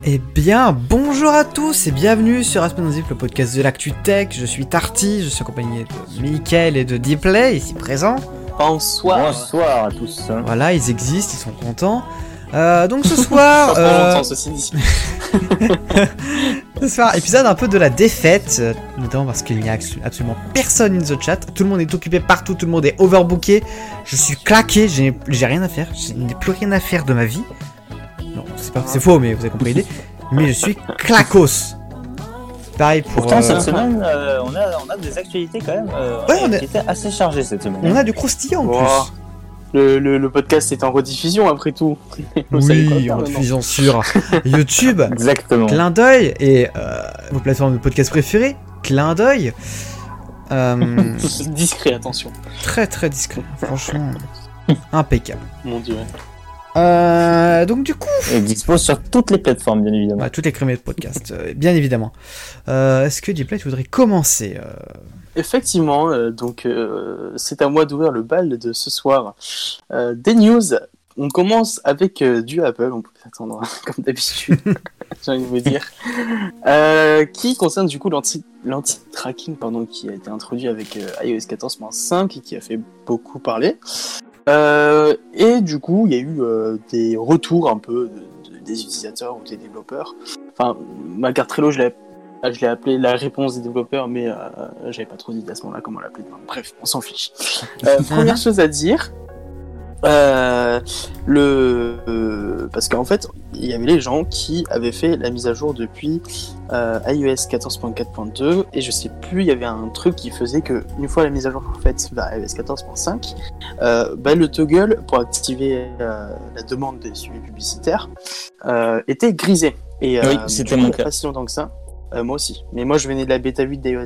Eh bien, bonjour à tous et bienvenue sur Aspenozip, le podcast de l'actu tech. Je suis Tarty, je suis accompagné de Mickaël et de Dplay, ici présents. Bonsoir. Bonsoir à tous. Voilà, ils existent, ils sont contents. Donc ce soir... ce soir, épisode un peu de la défaite, notamment parce qu'il n'y a absolument personne in the chat. Tout le monde est occupé partout, tout le monde est overbooké. Je suis claqué, j'ai rien à faire, je n'ai plus rien à faire de ma vie. Non, c'est faux, mais vous avez compris l'idée. Mais je suis clacos. Pareil pour... Pourtant, cette semaine, on a des actualités quand même qui étaient assez chargées cette semaine. On a du croustillant en plus. Le podcast est en rediffusion après tout. Oui, en rediffusion sur YouTube. Exactement. Clin d'œil. Et vos plateformes de podcast préférées. Clin d'œil. Discret, attention. Très très discret. Franchement, impeccable. Mon dieu. Donc du coup... Et dispose sur toutes les plateformes, bien évidemment. Ouais, toutes les crémées de podcast, bien évidemment. Est-ce que Dplay, tu voudrais commencer Effectivement, c'est à moi d'ouvrir le bal de ce soir. Des news. On commence avec du Apple, on peut s'attendre comme d'habitude, j'ai envie de vous dire, qui concerne du coup l'anti-tracking qui a été introduit avec iOS 14.5 et qui a fait beaucoup parler. Et du coup, il y a eu des retours un peu des utilisateurs ou des développeurs. Enfin, ma carte Trello, je l'ai appelé la réponse des développeurs, mais j'avais pas trop d'idées à ce moment-là comment l'appeler. Bref, on s'en fiche. Première chose à dire, parce qu'en fait, il y avait les gens qui avaient fait la mise à jour depuis iOS 14.4.2 et je sais plus, il y avait un truc qui faisait que une fois la mise à jour faite vers iOS 14.5, le toggle pour activer la demande des suivis publicitaires était grisé. Et oui, c'était mon cas. Pas si longtemps que ça. Moi aussi. Mais moi, je venais de la bêta 8 d'iOS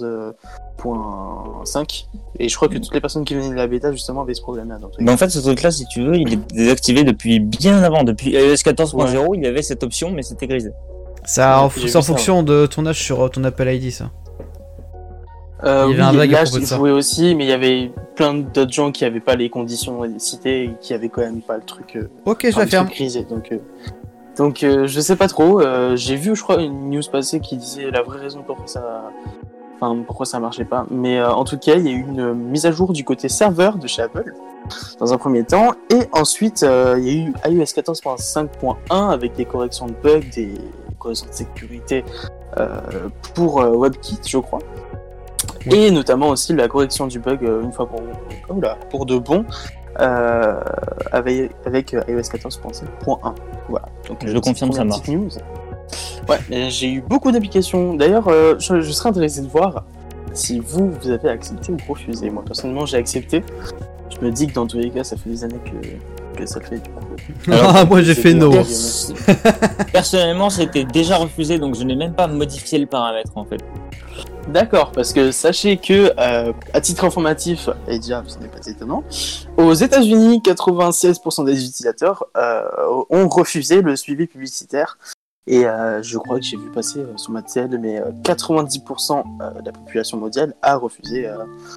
14.5 et je crois que toutes les personnes qui venaient de la bêta, justement, avaient ce problème-là. Mais en fait, ce truc-là, si tu veux, il est désactivé depuis bien avant. Depuis iOS 14.0, il y avait cette option, mais c'était grisé. C'est en fonction de ton âge sur ton Apple ID, ça. Il y avait un bug à propos de ça. Oui, aussi, mais il y avait plein d'autres gens qui n'avaient pas les conditions citées et qui avaient quand même pas le truc. Ok, je la ferme. Grisé, donc je sais pas trop, j'ai vu je crois une news passer qui disait la vraie raison pourquoi ça marchait pas, mais en tout cas il y a eu une mise à jour du côté serveur de chez Apple dans un premier temps, et ensuite il y a eu iOS 14.5.1 avec des corrections de bugs, des corrections de sécurité pour WebKit je crois, oui. Et notamment aussi la correction du bug une fois pour de bon avec iOS 14.5.1. Voilà. Donc je confirme, ça marche. News. Ouais, j'ai eu beaucoup d'applications. D'ailleurs, je serais intéressé de voir si vous avez accepté ou refusé. Moi, personnellement, j'ai accepté. Je me dis que dans tous les cas, ça fait des années que ça le fait du coup. Alors, moi, j'ai fait no. Personnellement, c'était déjà refusé, donc je n'ai même pas modifié le paramètre en fait. D'accord, parce que sachez que, à titre informatif, et déjà ce n'est pas étonnant, aux États-Unis, 96% des utilisateurs ont refusé le suivi publicitaire. Et je crois que j'ai vu passer sur ma TL, mais 90% de la population mondiale a refusé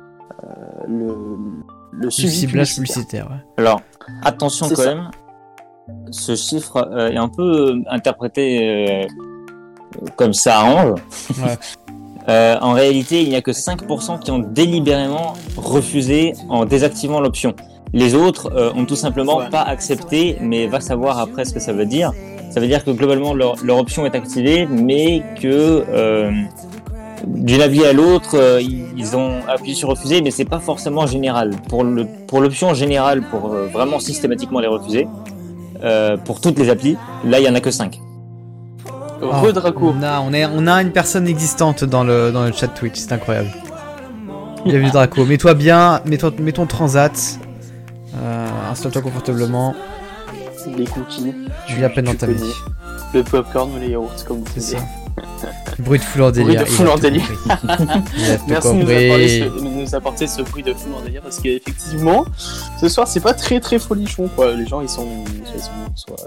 le suivi publicitaire. Ouais. Alors, attention c'est quand ça. Même, ce chiffre est un peu interprété comme ça arrange. Ouais. En réalité, il n'y a que 5% qui ont délibérément refusé en désactivant l'option. Les autres ont tout simplement pas accepté, mais va savoir après ce que ça veut dire. Ça veut dire que globalement leur option est activée, mais que d'une avis à l'autre, ils ont appuyé sur refuser, mais c'est pas forcément général. Pour l'option générale, pour vraiment systématiquement les refuser, pour toutes les applis, là il y en a que 5. Draco. On a une personne existante dans le chat Twitch, c'est incroyable. Bienvenue Draco, mets-toi bien, mets ton transat, installe-toi confortablement. Les cookies. Tu vis à peine dans ta vie. Le popcorn ou les yaourts, comme vous disiez. Bruit de foule en délire. Merci de nous apporter ce bruit de foule en délire, parce qu'effectivement, ce soir c'est pas très très folichon quoi. Les gens ils sont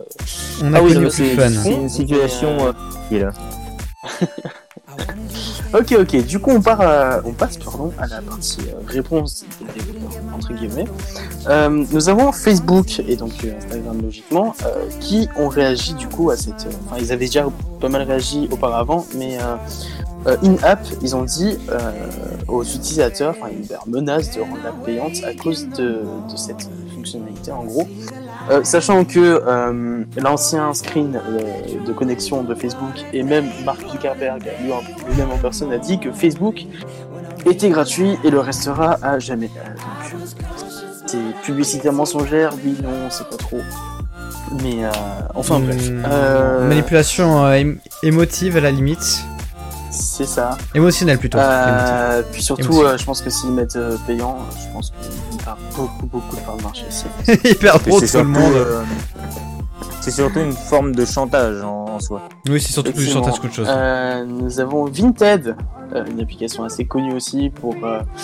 on a connu plus fun. C'est une situation qui est là. Ok. Du coup, on passe à la partie réponse des développeurs, entre guillemets. Nous avons Facebook et donc Instagram logiquement qui ont réagi du coup à cette. Enfin, ils avaient déjà pas mal réagi auparavant, mais in-app, ils ont dit aux utilisateurs, enfin, ils leur menacent de rendre l'app payante à cause de cette fonctionnalité en gros. Sachant que l'ancien screen de connexion de Facebook et même Mark Zuckerberg lui-même en personne a dit que Facebook était gratuit et le restera à jamais. Donc, c'est publicitaire mensongère, oui, non, c'est pas trop. Mais enfin bref. Manipulation émotive à la limite. C'est ça. Émotionnelle plutôt. Puis surtout, je pense que s'ils mettent payant, je pense qu'ils perdent beaucoup de parts de marché. Ils perdent trop tout le monde. C'est surtout une forme de chantage en soi. Oui, c'est surtout plus du chantage qu'autre chose. Nous avons Vinted, une application assez connue aussi pour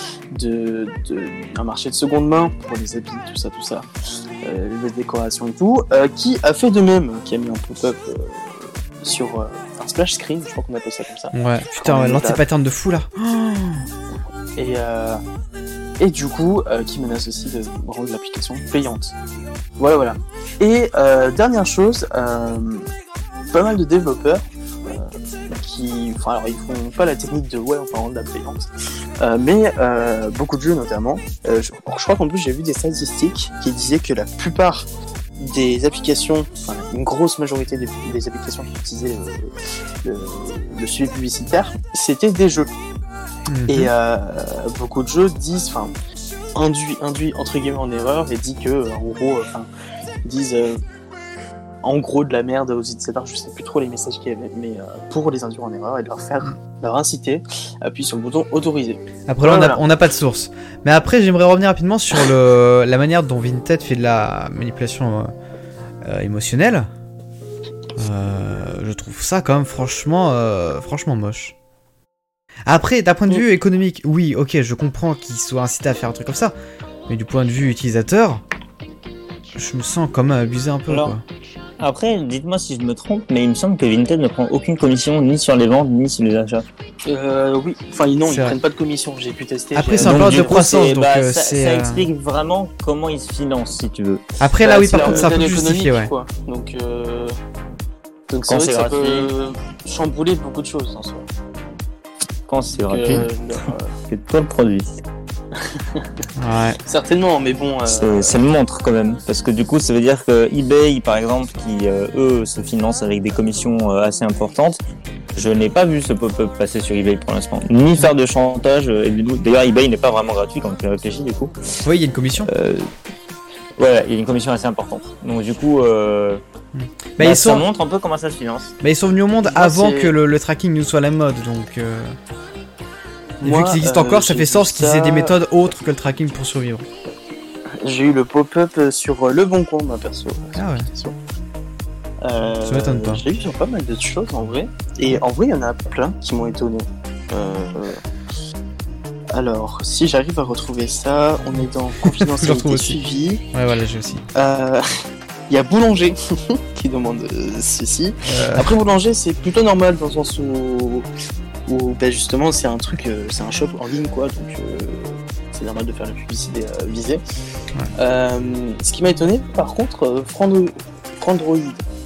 un marché de seconde main pour les habits, tout ça, les décorations et tout, qui a fait de même, qui a mis un pop-up sur un splash screen, je crois qu'on appelle ça comme ça. Ouais, putain, l'anti-pattern de fou là. Et du coup, qui menace aussi de rendre l'application payante. Voilà. Et dernière chose, pas mal de développeurs alors ils font pas la technique de on va rendre la payante, mais beaucoup de jeux notamment. Je crois qu'en plus j'ai vu des statistiques qui disaient que la plupart des applications, enfin une grosse majorité des applications qui utilisaient le suivi publicitaire, c'était des jeux. Et beaucoup de jeux disent, enfin, induit entre guillemets en erreur et dit que, en gros, disent en gros de la merde aux utilisateurs, je sais plus trop les messages qu'il y avait, mais pour les induire en erreur et leur inciter à appuyer sur le bouton autoriser. Après là, on n'a pas de source. Mais après, j'aimerais revenir rapidement sur la manière dont Vinted fait de la manipulation émotionnelle. Je trouve ça quand même franchement moche. Après, d'un point de vue économique, oui, ok, je comprends qu'ils soient incités à faire un truc comme ça, mais du point de vue utilisateur, je me sens quand même abusé un peu. Alors, quoi. Après, dites-moi si je me trompe, mais il me semble que Vinted ne prend aucune commission ni sur les ventes ni sur les achats. Oui, enfin non, ils prennent pas de commission, j'ai pu tester. Après, c'est un peu de croissance, donc ça explique vraiment comment ils se financent, si tu veux. Après, là, oui, par contre, c'est un peu plus justifié, ouais. Quoi. Donc c'est vrai que ça peut chambouler beaucoup de choses en soi. Quand c'est gratuit, c'est toi le produit. Ouais. Certainement, mais bon. C'est le montre quand même, parce que du coup, ça veut dire que eBay, par exemple, qui eux se financent avec des commissions assez importantes, je n'ai pas vu ce pop-up passer sur eBay pour l'instant, ni faire de chantage. D'ailleurs, eBay n'est pas vraiment gratuit quand tu réfléchis du coup. Oui, il y a une commission. Ouais, il y a une commission assez importante. Donc du coup, ça montre un peu comment ça se finance. Ils sont venus au monde avant que le tracking nous soit la mode, donc. Et vu qu'ils existent encore, ça fait sens qu'ils aient des méthodes autres que le tracking pour survivre. J'ai eu le pop-up sur Le Bon Coin, ma perso. Ah ouais. Ça m'étonne pas. Je l'ai vu sur pas mal de choses en vrai. Et en vrai, il y en a plein qui m'ont étonné. Alors, si j'arrive à retrouver ça, on est dans confidentialité suivie. Ouais, voilà, j'ai aussi. Il y a Boulanger qui demande ceci. Après, Boulanger, c'est plutôt normal dans le sens où justement c'est un truc, c'est un shop en ligne quoi, donc c'est normal de faire la publicité visée. Ouais. Ce qui m'a étonné par contre, Frandroid.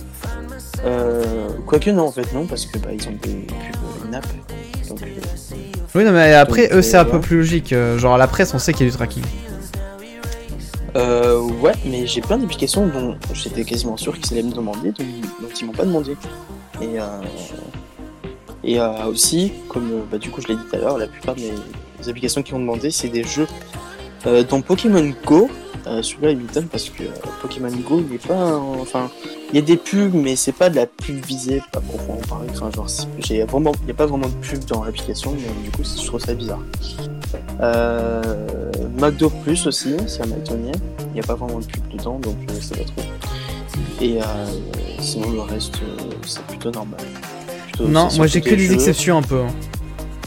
Quoique non en fait non, parce que ils ont des pubs in-app. Donc, oui non mais après eux c'est un peu plus logique, genre à la presse on sait qu'il y a du tracking. Ouais, mais j'ai plein d'applications dont j'étais quasiment sûr qu'ils allaient me demander, dont ils m'ont pas demandé. Et aussi, comme du coup je l'ai dit tout à l'heure, la plupart des applications qui ont demandé, c'est des jeux dont Pokémon Go. Celui-là il m'étonne parce que Pokémon Go, il est pas, il y a des pubs, mais c'est pas de la pub visée, pas pour en parler. Enfin, genre, il y a pas vraiment de pub dans l'application, mais du coup, je trouve ça bizarre. McDo Plus aussi, ça m'a étonné. Il n'y a pas vraiment de pub dedans, donc ça va trop. Et sinon, le reste, c'est plutôt normal. Non, moi j'ai que des exceptions un peu. Comment ?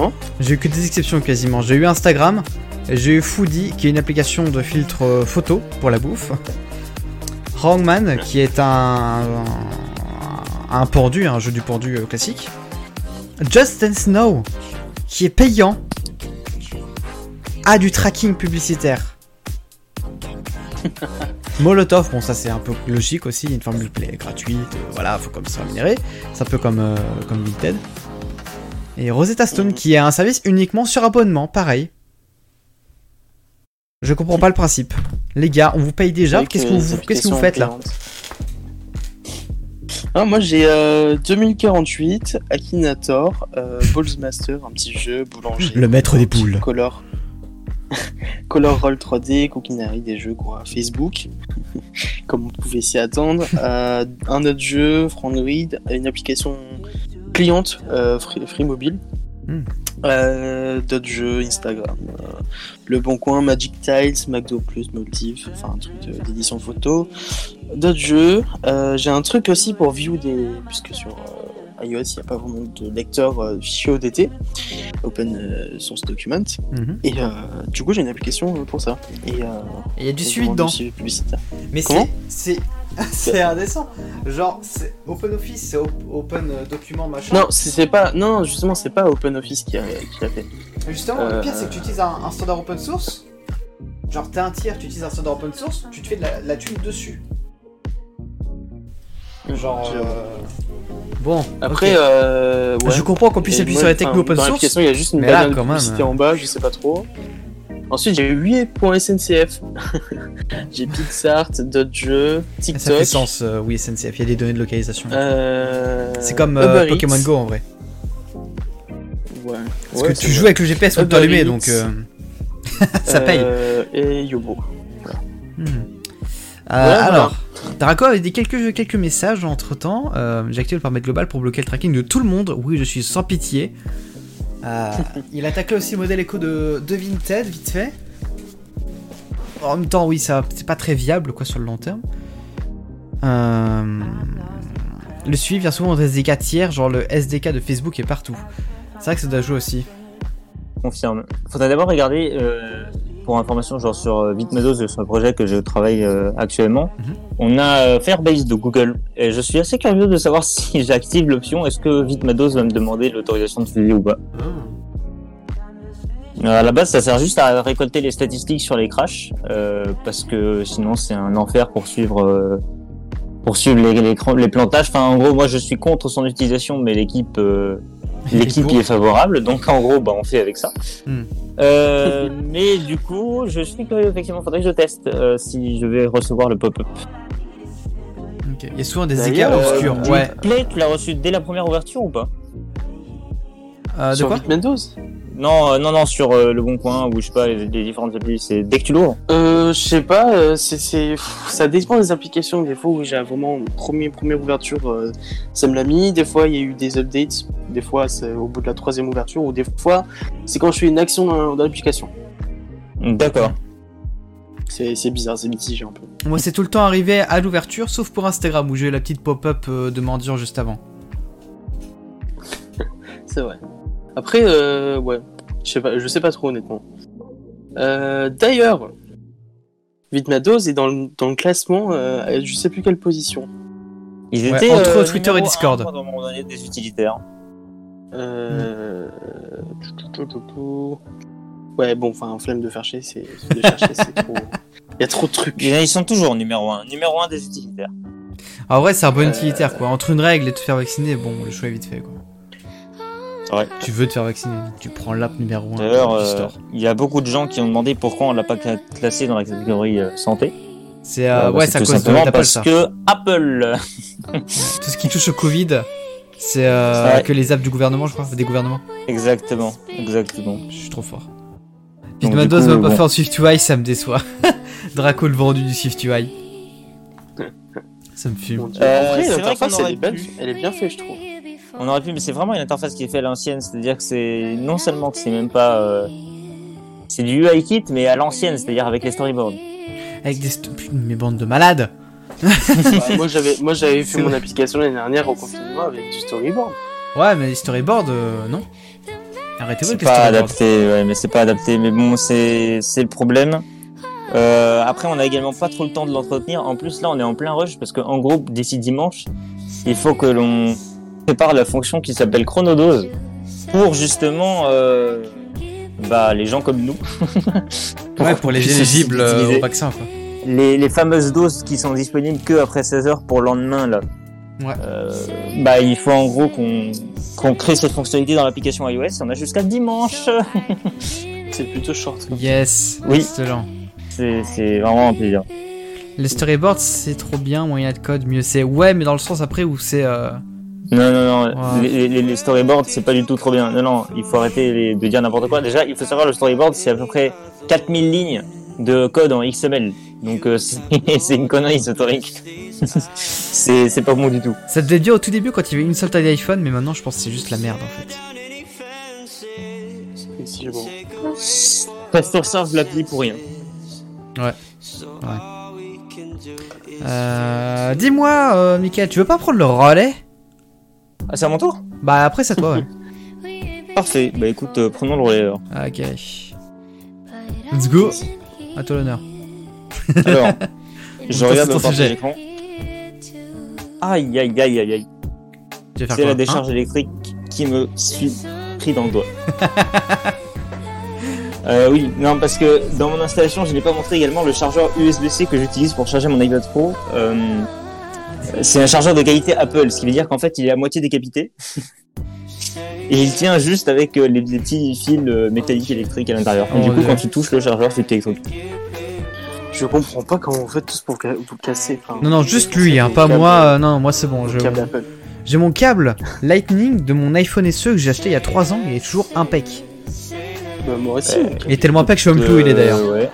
J'ai eu que des exceptions quasiment. J'ai eu Instagram, j'ai eu Foodie qui est une application de filtre photo pour la bouffe. Hangman qui est un pendu, un jeu du pendu classique. Just Dance Now, qui est payant, a du tracking publicitaire. Molotov, bon ça c'est un peu logique aussi, une formule play gratuite, voilà, faut comme ça rémunérer, c'est un peu comme Vinted. Et Rosetta Stone qui a un service uniquement sur abonnement, pareil. Je comprends pas le principe. Les gars, on vous paye déjà, qu'est-ce que vous faites là? Moi j'ai 2048, Akinator, Ballsmaster, un petit jeu, boulanger. Le maître des boules. Color Roll 3D, Cookinary, des jeux quoi, Facebook, comme on pouvait s'y attendre. Un autre jeu, Frandroid, une application cliente, Free Mobile. D'autres jeux, Instagram, Le Bon Coin, Magic Tiles, McDo Plus, Motive, enfin un truc d'édition photo. D'autres jeux, j'ai un truc aussi pour view puisque sur iOS il n'y a pas vraiment de lecteur fichier ODT, Open Source Document, et du coup j'ai une application pour ça. Et il y a du suivi dedans. Mais comment c'est indécent. Genre, c'est OpenOffice, c'est Open Document machin. Non, justement, c'est pas OpenOffice qui a fait. Justement, le pire, c'est que tu utilises un standard open source. Genre, t'es un tiers, tu utilises un standard open source, tu te fais de la thune dessus. Genre. Bon. Après, ouais. Je comprends qu'on puisse appuyer sur les techno open source. Dans l'application, il y a juste une bannière de publicité en bas, je sais pas trop. Ensuite, j'ai 8.sncf. J'ai Pixart, d'autres jeux, TikTok. Ça fait sens, oui, SNCF, il y a des données de localisation. C'est comme Pokémon Go en vrai. Ouais. Parce que tu joues avec le GPS tout allumé, donc ça paye. Et Yobo. Voilà. Alors, Draco avait dit quelques messages entre temps. J'ai activé le paramètre global pour bloquer le tracking de tout le monde. Oui, je suis sans pitié. Il a taclé aussi le modèle écho de Vinted, vite fait. En même temps, oui, ça, c'est pas très viable quoi sur le long terme. Le suivi vient souvent dans des SDK tiers, genre le SDK de Facebook est partout. C'est vrai que ça doit jouer aussi. Confirme. Faudrait d'abord regarder, pour information, genre sur Vitmados, sur le projet que je travaille actuellement. On a Firebase de Google. Et je suis assez curieux de savoir si j'active l'option, est-ce que Vitmados va me demander l'autorisation de suivi ou pas. À la base, ça sert juste à récolter les statistiques sur les crashs, parce que sinon c'est un enfer pour suivre les plantages. Enfin, en gros, moi je suis contre son utilisation, mais l'équipe y est favorable, donc en gros, on fait avec ça. Mais du coup, je suis curieux, effectivement, faudrait que je teste si je vais recevoir le pop-up. Okay. Il y a souvent des écarts obscurs. Ouais. Play, tu l'as reçu dès la première ouverture ou pas? Sur Vitmados? Non, sur Le Bon Coin, ou je sais pas, les différentes applis, c'est dès que tu l'ouvres? Je sais pas, ça dépend des applications. Des fois, oui, j'ai vraiment première ouverture, ça me l'a mis. Des fois, il y a eu des updates. Des fois, c'est au bout de la troisième ouverture. Ou des fois, c'est quand je fais une action dans l'application. D'accord. C'est bizarre, c'est mitigé un peu. Moi, c'est tout le temps arrivé à l'ouverture, sauf pour Instagram, où j'ai eu la petite pop-up de mendiant juste avant. C'est vrai. Après, ouais, je sais pas trop honnêtement. D'ailleurs, Vitmados est dans le classement, je sais plus quelle position. Ils étaient entre Twitter et Discord. Dans mon année des utilitaires. Ouais, bon, enfin, flemme de chercher, c'est trop. Il y a trop de trucs. Ils sont toujours numéro 1 des utilitaires. En vrai, c'est un bon utilitaire quoi. Entre une règle et te faire vacciner, bon, le choix est vite fait quoi. Ouais. Tu veux te faire vacciner, tu prends l'app numéro 1 D'ailleurs, du store. Il y a beaucoup de gens qui ont demandé pourquoi on l'a pas classé dans la catégorie santé. C'est ouais, ça cause simplement d'Apple, parce ça. que Apple. Tout ce qui touche au Covid, c'est que les apps du gouvernement, je crois, des gouvernements. Exactement. Je suis trop fort. Vitmados va pas faire SwiftUI, ça me déçoit. Draco le vendu du SwiftUI. Ça me fume. Après, l'interface, elle est bien faite, je trouve. On aurait pu, mais c'est vraiment une interface qui est faite à l'ancienne, c'est-à-dire que c'est non seulement que c'est même pas, c'est du UI kit, mais à l'ancienne, c'est-à-dire avec les storyboards. Avec mes bandes de malades. Moi j'avais fait mon application l'année dernière au confinement avec du storyboard. Ouais, mais les storyboards, non. Arrêtez-vous avec les storyboards. C'est pas adapté, ouais, mais c'est pas adapté. Mais bon, c'est le problème. Après, on a également pas trop le temps de l'entretenir. En plus, là, on est en plein rush parce qu'en gros, d'ici dimanche, il faut que l'on prépare la fonction qui s'appelle chronodose. pour justement les gens comme nous. Pour les éligibles au vaccin, quoi. Les fameuses doses qui sont disponibles que après 16 heures pour le lendemain, là. Ouais. Il faut en gros qu'on crée cette fonctionnalité dans l'application iOS. On a jusqu'à dimanche. C'est plutôt short. Yes. Oui. Excellent. C'est vraiment un plaisir. Les storyboards, c'est trop bien. Moyen de code, mieux c'est. Ouais, mais dans le sens après où c'est. Non. Ouais. Les storyboards, c'est pas du tout trop bien. Non, il faut arrêter de dire n'importe quoi. Déjà, il faut savoir, le storyboard, c'est à peu près 4000 lignes de code en XML. Donc, c'est une connerie, ce truc. c'est pas bon du tout. Ça devait bien au tout début quand il y avait une seule taille d'iPhone, mais maintenant, je pense que c'est juste la merde, en fait. Effectivement. Pastor serve l'appli pour rien. Ouais. Dis-moi, Mickaël, tu veux pas prendre le relais? Ah, c'est à mon tour? Bah, après, c'est à toi, ouais. Parfait. Bah, écoute, prenons le relais alors. Ok. Let's go. À toi l'honneur. Alors, je regarde ton le partage sujet. d'écran. Aïe. Tu vas faire C'est quoi, la décharge électrique qui me suis pris dans le doigt. Oui, non, parce que dans mon installation, je n'ai pas montré également le chargeur USB-C que j'utilise pour charger mon iPad Pro. C'est un chargeur de qualité Apple, ce qui veut dire qu'en fait, il est à moitié décapité. Et il tient juste avec les petits fils métalliques électriques à l'intérieur. Et du coup, quand tu touches le chargeur, c'est électrique. Je comprends pas comment vous faites tous pour vous casser. Enfin, Non, juste lui, hein, pas moi. Non, moi c'est bon. câble Apple. J'ai mon câble Lightning de mon iPhone SE que j'ai acheté il y a 3 ans. Il est toujours impec. Bah, moi aussi. Il est tellement impec que je sais même plus où il est d'ailleurs. Ouais.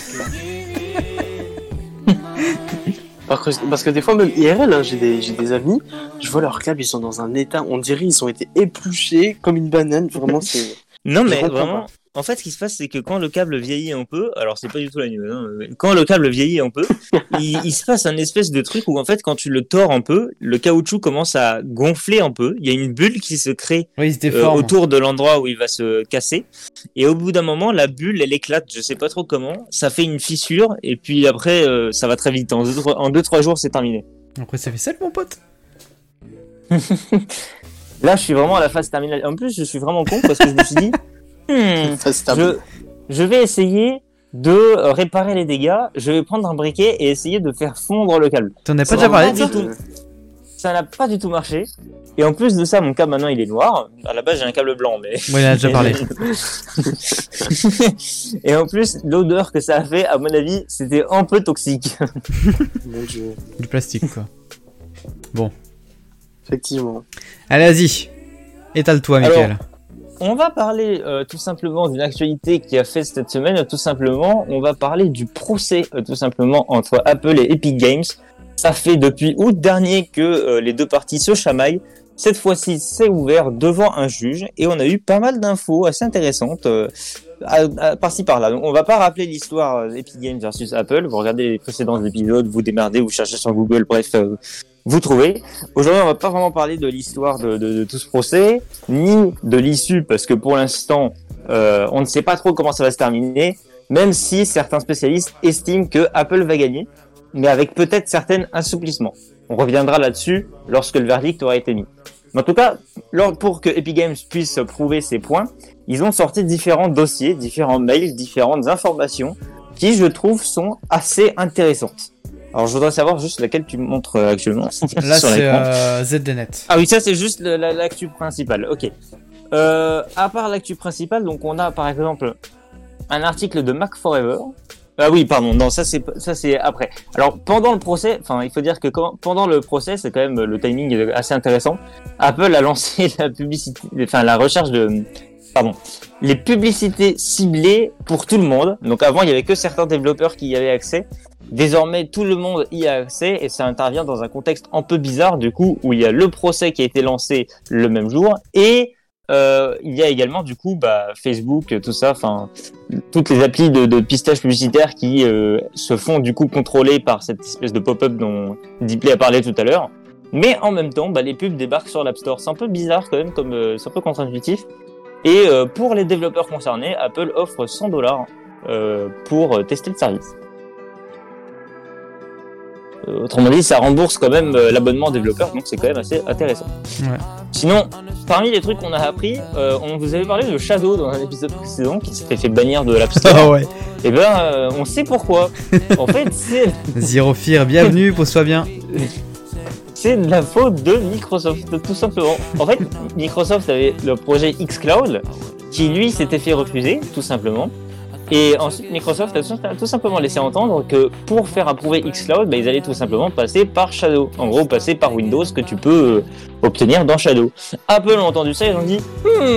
Parce que des fois, même IRL, hein, j'ai des amis, je vois leurs câbles, ils sont dans un état, on dirait ils ont été épluchés comme une banane. Vraiment, c'est. Non, mais comprends vraiment, pas. en fait, ce qui se passe, c'est que quand le câble vieillit un peu, alors c'est pas du tout la news, hein, mais quand le câble vieillit un peu, il se passe un espèce de truc où en fait, quand tu le tords un peu, le caoutchouc commence à gonfler un peu. Il y a une bulle qui se crée Oui, il se déforme. autour de l'endroit où il va se casser. Et au bout d'un moment, la bulle, elle éclate, je sais pas trop comment, ça fait une fissure, et puis après, ça va très vite. En 2-3 jours, c'est terminé. Après, ça fait ça, mon pote. Là, je suis vraiment à la phase terminale. En plus, je suis vraiment con parce que je me suis dit, je vais essayer de réparer les dégâts. Je vais prendre un briquet et essayer de faire fondre le câble. T'en as pas déjà parlé de ça? Ça n'a pas du tout marché. Et en plus de ça, mon câble maintenant il est noir. À la base, j'ai un câble blanc, mais. Ouais, il en a déjà parlé. Et en plus, l'odeur que ça a fait, à mon avis, c'était un peu toxique. Du plastique, quoi. Bon. Effectivement. Allez, vas-y. Étale-toi, Mickaël. On va parler tout simplement d'une actualité qui a fait cette semaine. Tout simplement, on va parler du procès tout simplement entre Apple et Epic Games. Ça fait depuis août dernier que les deux parties se chamaillent. Cette fois-ci, c'est ouvert devant un juge et on a eu pas mal d'infos assez intéressantes par-ci par-là. Donc, on va pas rappeler l'histoire Epic Games versus Apple. Vous regardez les précédents épisodes, vous démerdez, vous cherchez sur Google, bref, vous trouvez. Aujourd'hui, on va pas vraiment parler de l'histoire de tout ce procès, ni de l'issue, parce que pour l'instant, on ne sait pas trop comment ça va se terminer, même si certains spécialistes estiment que Apple va gagner, mais avec peut-être certains assouplissements. On reviendra là-dessus lorsque le verdict aura été mis. Mais en tout cas, pour que Epic Games puisse prouver ses points, ils ont sorti différents dossiers, différents mails, différentes informations qui, je trouve, sont assez intéressantes. Alors, je voudrais savoir juste laquelle tu montres actuellement. Là, sur c'est ZDNet. Ah oui, ça, c'est juste l'actu principale. Ok. À part l'actu principale, donc on a par exemple un article de Mac Forever. Ah oui, pardon. Non, ça c'est après. Alors pendant le procès, enfin il faut dire que pendant le procès, c'est quand même le timing est assez intéressant. Apple a lancé la publicité, enfin la recherche les publicités ciblées pour tout le monde. Donc avant il y avait que certains développeurs qui y avaient accès. Désormais tout le monde y a accès et ça intervient dans un contexte un peu bizarre du coup où il y a le procès qui a été lancé le même jour et il y a également du coup Facebook, tout ça, enfin toutes les applis de pistage publicitaire qui se font du coup contrôler par cette espèce de pop-up dont Dipley a parlé tout à l'heure. Mais en même temps, les pubs débarquent sur l'App Store. C'est un peu bizarre quand même, c'est un peu contre-intuitif. Et pour les développeurs concernés, Apple offre $100 pour tester le service. Autrement dit, ça rembourse quand même l'abonnement développeur, donc c'est quand même assez intéressant. Ouais. Sinon, parmi les trucs qu'on a appris, on vous avait parlé de Shadow dans un épisode précédent qui s'était fait bannir de l'App Store. Ah ouais. Et on sait pourquoi. En fait, c'est Zero Fear, bienvenue, pose-toi bien. c'est de la faute de Microsoft, tout simplement. En fait, Microsoft avait le projet xCloud qui lui s'était fait refuser, tout simplement. Et ensuite, Microsoft a tout simplement laissé entendre que pour faire approuver xCloud, ils allaient tout simplement passer par Shadow. En gros, passer par Windows que tu peux obtenir dans Shadow. Apple a entendu ça et ils ont dit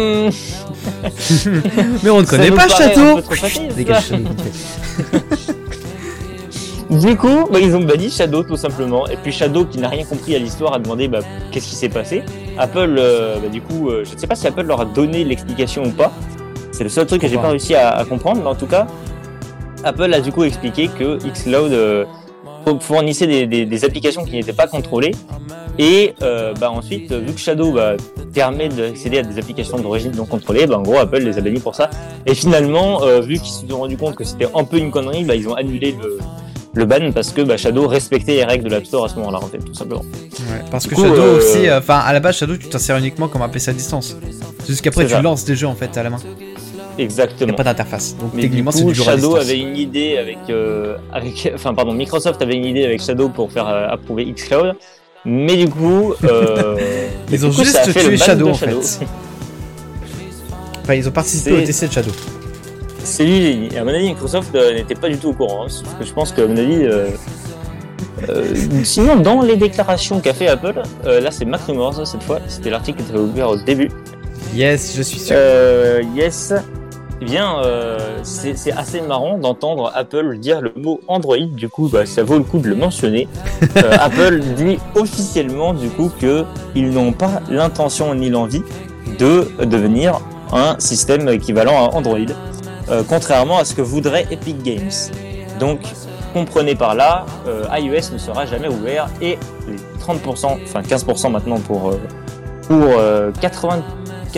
Mais on ne connaît pas Shadow. Dégage Shadow. Du coup, ils ont banni Shadow tout simplement. Et puis Shadow, qui n'a rien compris à l'histoire, a demandé qu'est-ce qui s'est passé. Apple, du coup, je ne sais pas si Apple leur a donné l'explication ou pas. C'est le seul truc que j'ai pas réussi à comprendre, mais en tout cas, Apple a du coup expliqué que xCloud fournissait des applications qui n'étaient pas contrôlées, et ensuite, vu que Shadow permet d'accéder à des applications d'origine non contrôlée, en gros, Apple les a bannis pour ça. Et finalement, vu qu'ils se sont rendus compte que c'était un peu une connerie, ils ont annulé le ban parce que Shadow respectait les règles de l'App Store à ce moment-là, en fait, tout simplement. Ouais, parce que Shadow aussi, à la base, Shadow, tu t'en sers uniquement comme un PC à distance. C'est juste qu'après, tu lances des jeux en fait à la main. Exactement. Il n'y a pas d'interface. Donc mais techniquement, du coup, c'est du Shadow avait une idée Microsoft avait une idée avec Shadow pour faire approuver xCloud, mais du coup, ils ont juste tué Shadow en fait. Enfin, ils ont participé au décès de Shadow. C'est lui, à mon avis, Microsoft n'était pas du tout au courant, parce que je pense qu'à mon avis, sinon dans les déclarations qu'a fait Apple, là c'est Mac Rumors cette fois, c'était l'article qui était ouvert au début. Yes, je suis sûr. Yes. Eh bien, c'est assez marrant d'entendre Apple dire le mot Android, du coup, ça vaut le coup de le mentionner. Apple dit officiellement, du coup, qu'ils n'ont pas l'intention ni l'envie de devenir un système équivalent à Android, contrairement à ce que voudrait Epic Games. Donc, comprenez par là, iOS ne sera jamais ouvert et les 30%, enfin 15% maintenant pour 80 combien ?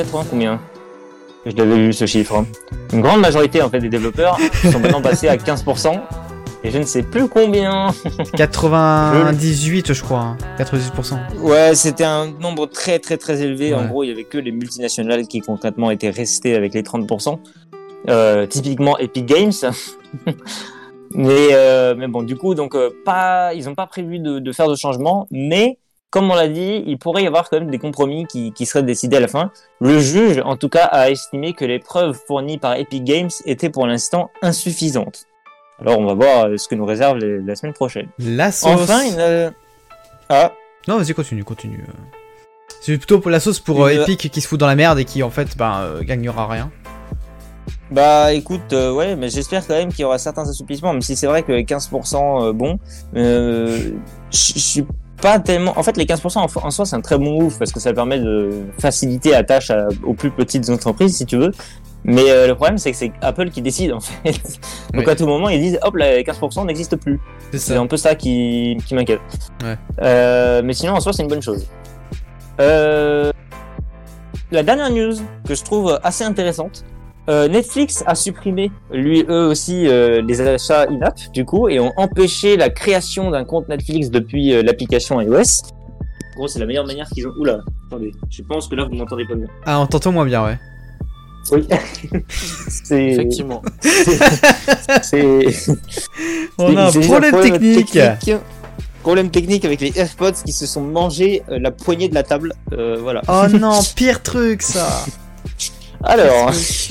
Je l'avais vu ce chiffre. Une grande majorité en fait des développeurs sont maintenant passés à 15% et je ne sais plus combien. 98 je crois, hein. 98%. Ouais, c'était un nombre très très très élevé. Ouais. En gros, il y avait que les multinationales qui concrètement étaient restées avec les 30%. Typiquement Epic Games. mais bon, du coup, donc ils n'ont pas prévu de faire de changement, mais comme on l'a dit, il pourrait y avoir quand même des compromis qui seraient décidés à la fin. Le juge, en tout cas, a estimé que les preuves fournies par Epic Games étaient pour l'instant insuffisantes. Alors, on va voir ce que nous réserve la semaine prochaine. La sauce. Enfin, Non, vas-y, continue. C'est plutôt pour la sauce pour Epic qui se fout dans la merde et qui, en fait, gagnera rien. Écoute, ouais, mais j'espère quand même qu'il y aura certains assouplissements, même si c'est vrai que les 15%, je suis pas tellement. En fait, les 15% en soi, c'est un très bon move parce que ça permet de faciliter la tâche aux plus petites entreprises, si tu veux. Mais le problème, c'est que c'est Apple qui décide, en fait. Donc, à tout moment, ils disent, hop, là, les 15% n'existe plus. C'est un peu ça qui m'inquiète. Ouais. Mais sinon, en soi, c'est une bonne chose. La dernière news que je trouve assez intéressante. Netflix a supprimé eux aussi les achats in-app du coup et ont empêché la création d'un compte Netflix depuis l'application iOS. En gros, c'est la meilleure manière qu'ils ont. Oula, attendez, je pense que là vous m'entendez pas bien. Ah, on t'entend moins bien, ouais. Oui. Effectivement. On a un problème technique. Problème technique avec les AirPods qui se sont mangés la poignée de la table. Voilà. Oh non, pire truc ça. Alors,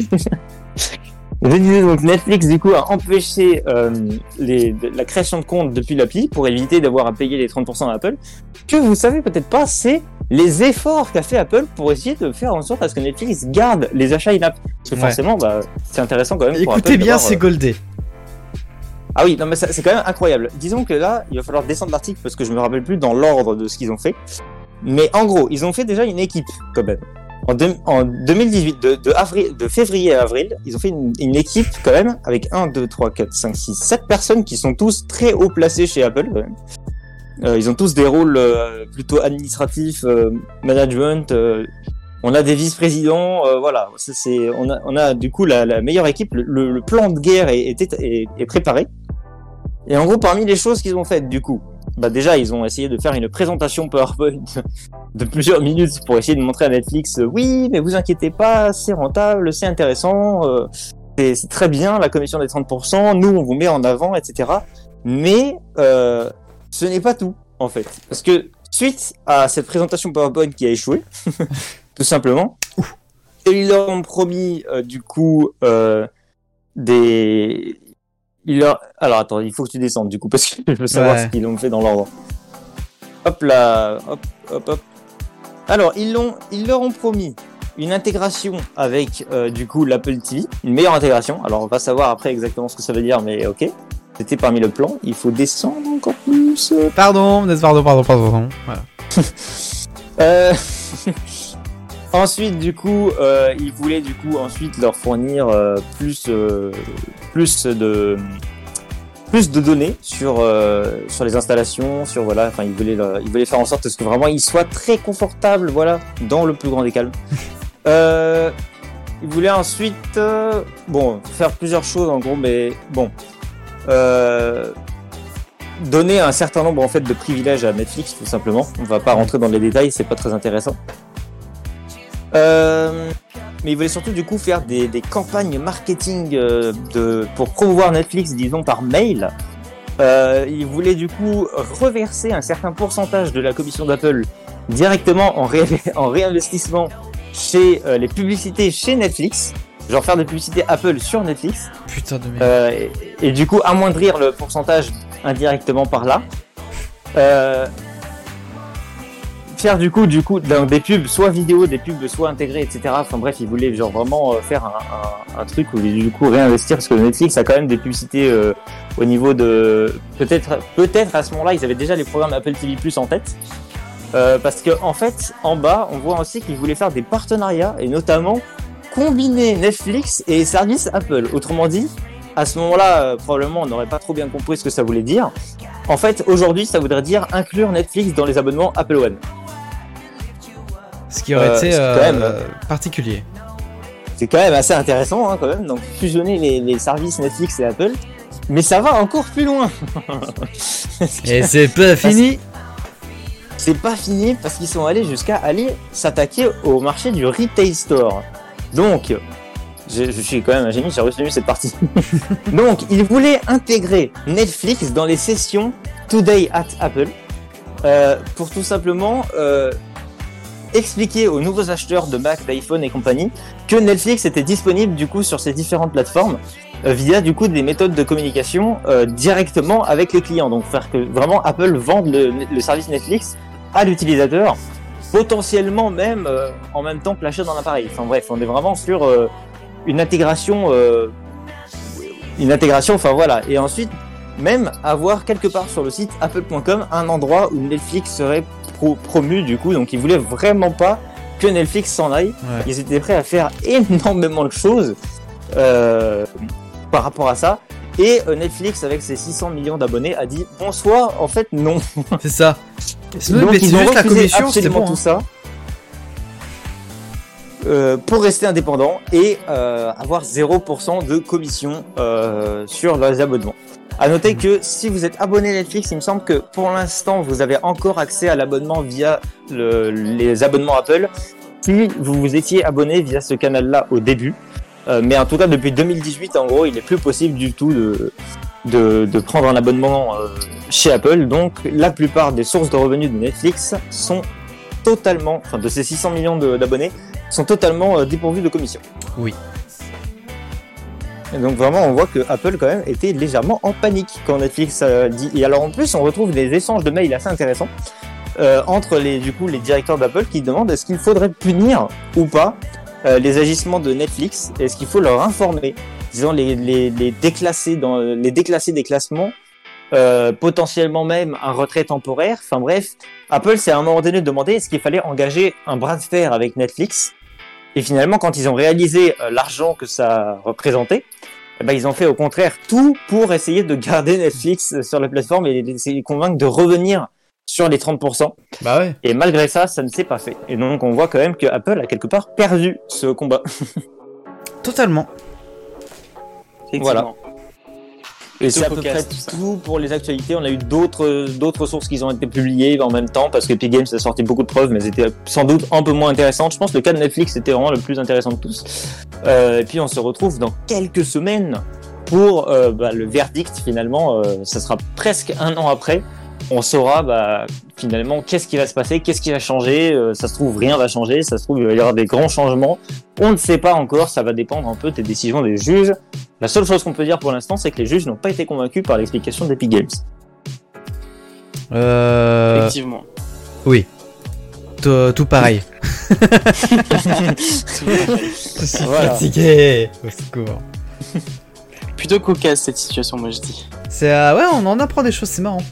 donc Netflix du coup a empêché la création de compte depuis l'appli pour éviter d'avoir à payer les 30% à Apple. Que vous savez peut-être pas, c'est les efforts qu'a fait Apple pour essayer de faire en sorte à ce que Netflix garde les achats in-app. Parce que forcément, c'est intéressant quand même. Écoutez bien, c'est goldé. Ah oui, non mais c'est quand même incroyable. Disons que là, il va falloir descendre l'article parce que je me rappelle plus dans l'ordre de ce qu'ils ont fait. Mais en gros, ils ont fait déjà une équipe quand même. En 2018, de février à avril, ils ont fait une équipe quand même avec 1, 2, 3, 4, 5, 6, 7 personnes qui sont tous très haut placés chez Apple quand même. Ils ont tous des rôles plutôt administratifs, management. On a des vice-présidents, voilà. On a du coup la meilleure équipe. Le plan de guerre est préparé. Et en gros, parmi les choses qu'ils ont faites du coup, déjà, ils ont essayé de faire une présentation PowerPoint de plusieurs minutes pour essayer de montrer à Netflix, oui, mais vous inquiétez pas, c'est rentable, c'est intéressant, c'est très bien la commission des 30%, nous on vous met en avant, etc. Mais ce n'est pas tout, en fait. Parce que suite à cette présentation PowerPoint qui a échoué, tout simplement, ils leur ont promis du coup Alors attends, il faut que tu descendes du coup parce que je veux savoir ce qu'ils ont fait dans l'ordre. Hop là, hop. Alors ils leur ont promis une intégration avec du coup l'Apple TV, une meilleure intégration. Alors on va savoir après exactement ce que ça veut dire, mais ok. C'était parmi le plan. Il faut descendre encore plus. Pardon. Voilà. Ensuite, du coup, ils voulaient du coup ensuite leur fournir plus de données sur les installations, sur voilà, enfin ils voulaient faire en sorte que vraiment ils soient très confortables, voilà, dans le plus grand des calmes. Ils voulaient ensuite faire plusieurs choses en gros, mais bon. Donner un certain nombre en fait de privilèges à Netflix tout simplement. On va pas rentrer dans les détails, c'est pas très intéressant. Mais ils voulaient surtout du coup faire des campagnes marketing pour promouvoir Netflix, disons par mail. Ils voulaient du coup reverser un certain pourcentage de la commission d'Apple directement en réinvestissement chez les publicités chez Netflix. Genre faire des publicités Apple sur Netflix. Putain de merde. Et du coup amoindrir le pourcentage indirectement par là. Faire du coup dans des pubs soit vidéo, des pubs soit intégrées, etc. Enfin bref, ils voulaient genre vraiment faire un truc où ils du coup réinvestir parce que Netflix a quand même des publicités au niveau de peut-être à ce moment-là ils avaient déjà les programmes Apple TV+ en tête. Parce que en fait en bas on voit aussi qu'ils voulaient faire des partenariats et notamment combiner Netflix et les services Apple. Autrement dit, à ce moment-là, probablement on n'aurait pas trop bien compris ce que ça voulait dire. En fait, aujourd'hui, ça voudrait dire inclure Netflix dans les abonnements Apple One. Ce qui aurait été particulier. C'est quand même assez intéressant, hein, quand même. Donc fusionner les services Netflix et Apple, mais ça va encore plus loin. Et c'est pas fini. C'est pas fini parce qu'ils sont allés jusqu'à aller s'attaquer au marché du retail store. Donc, je suis quand même un génie, j'ai retenu cette partie. Donc, ils voulaient intégrer Netflix dans les sessions Today at Apple pour tout simplement expliquer aux nouveaux acheteurs de Mac, d'iPhone et compagnie que Netflix était disponible du coup sur ces différentes plateformes via du coup des méthodes de communication directement avec les clients. Donc, faire que vraiment Apple vende le service Netflix à l'utilisateur. Potentiellement même en même temps que l'achat d'un appareil. Enfin bref, on est vraiment sur une intégration, enfin voilà. Et ensuite, même avoir quelque part sur le site apple.com un endroit où Netflix serait promu du coup. Donc ils voulaient vraiment pas que Netflix s'en aille. Ouais. Ils étaient prêts à faire énormément de choses par rapport à ça. Et Netflix, avec ses 600 millions d'abonnés, a dit bonsoir, en fait non. C'est ça. Donc ils ont refusé absolument tout ça pour rester indépendant et avoir 0% de commission sur leurs abonnements. À noter que si vous êtes abonné Netflix, il me semble que pour l'instant vous avez encore accès à l'abonnement via les abonnements Apple si vous vous étiez abonné via ce canal-là au début. Mais en tout cas, depuis 2018, en gros, il n'est plus possible du tout de prendre un abonnement chez Apple. Donc, la plupart des sources de revenus de Netflix sont totalement, enfin de ces 600 millions d'abonnés, sont totalement dépourvus de commission. Oui. Et donc vraiment, on voit que Apple quand même était légèrement en panique quand Netflix dit. Et alors en plus, on retrouve des échanges de mails assez intéressants entre les directeurs d'Apple qui demandent est-ce qu'il faudrait punir ou pas les agissements de Netflix, est-ce qu'il faut leur informer, disons les déclasser des classements, potentiellement même un retrait temporaire. Enfin bref, Apple s'est à un moment donné demandé est-ce qu'il fallait engager un bras de fer avec Netflix. Et finalement, quand ils ont réalisé l'argent que ça représentait, ils ont fait au contraire tout pour essayer de garder Netflix sur la plateforme et essayer de les convaincre de revenir sur les 30%. Bah ouais. Et malgré ça, ça ne s'est pas fait. Et donc, on voit quand même que Apple a quelque part perdu ce combat. Totalement. Voilà. Et c'est à peu près tout pour les actualités. On a eu d'autres sources qui ont été publiées en même temps parce que Epic Games a sorti beaucoup de preuves, mais elles étaient sans doute un peu moins intéressantes. Je pense que le cas de Netflix était vraiment le plus intéressant de tous. Et puis on se retrouve dans quelques semaines pour le verdict finalement. Ça sera presque un an après. On saura finalement qu'est-ce qui va se passer, qu'est-ce qui va changer. Ça se trouve rien va changer, ça se trouve il va y avoir des grands changements. On ne sait pas encore, ça va dépendre un peu des décisions des juges. La seule chose qu'on peut dire pour l'instant, c'est que les juges n'ont pas été convaincus par l'explication d'Epic Games. Effectivement. Oui. Tout pareil. Je suis fatigué. Au secours. Plutôt cocasse cette situation, moi je dis. C'est ouais, on en apprend des choses, c'est marrant.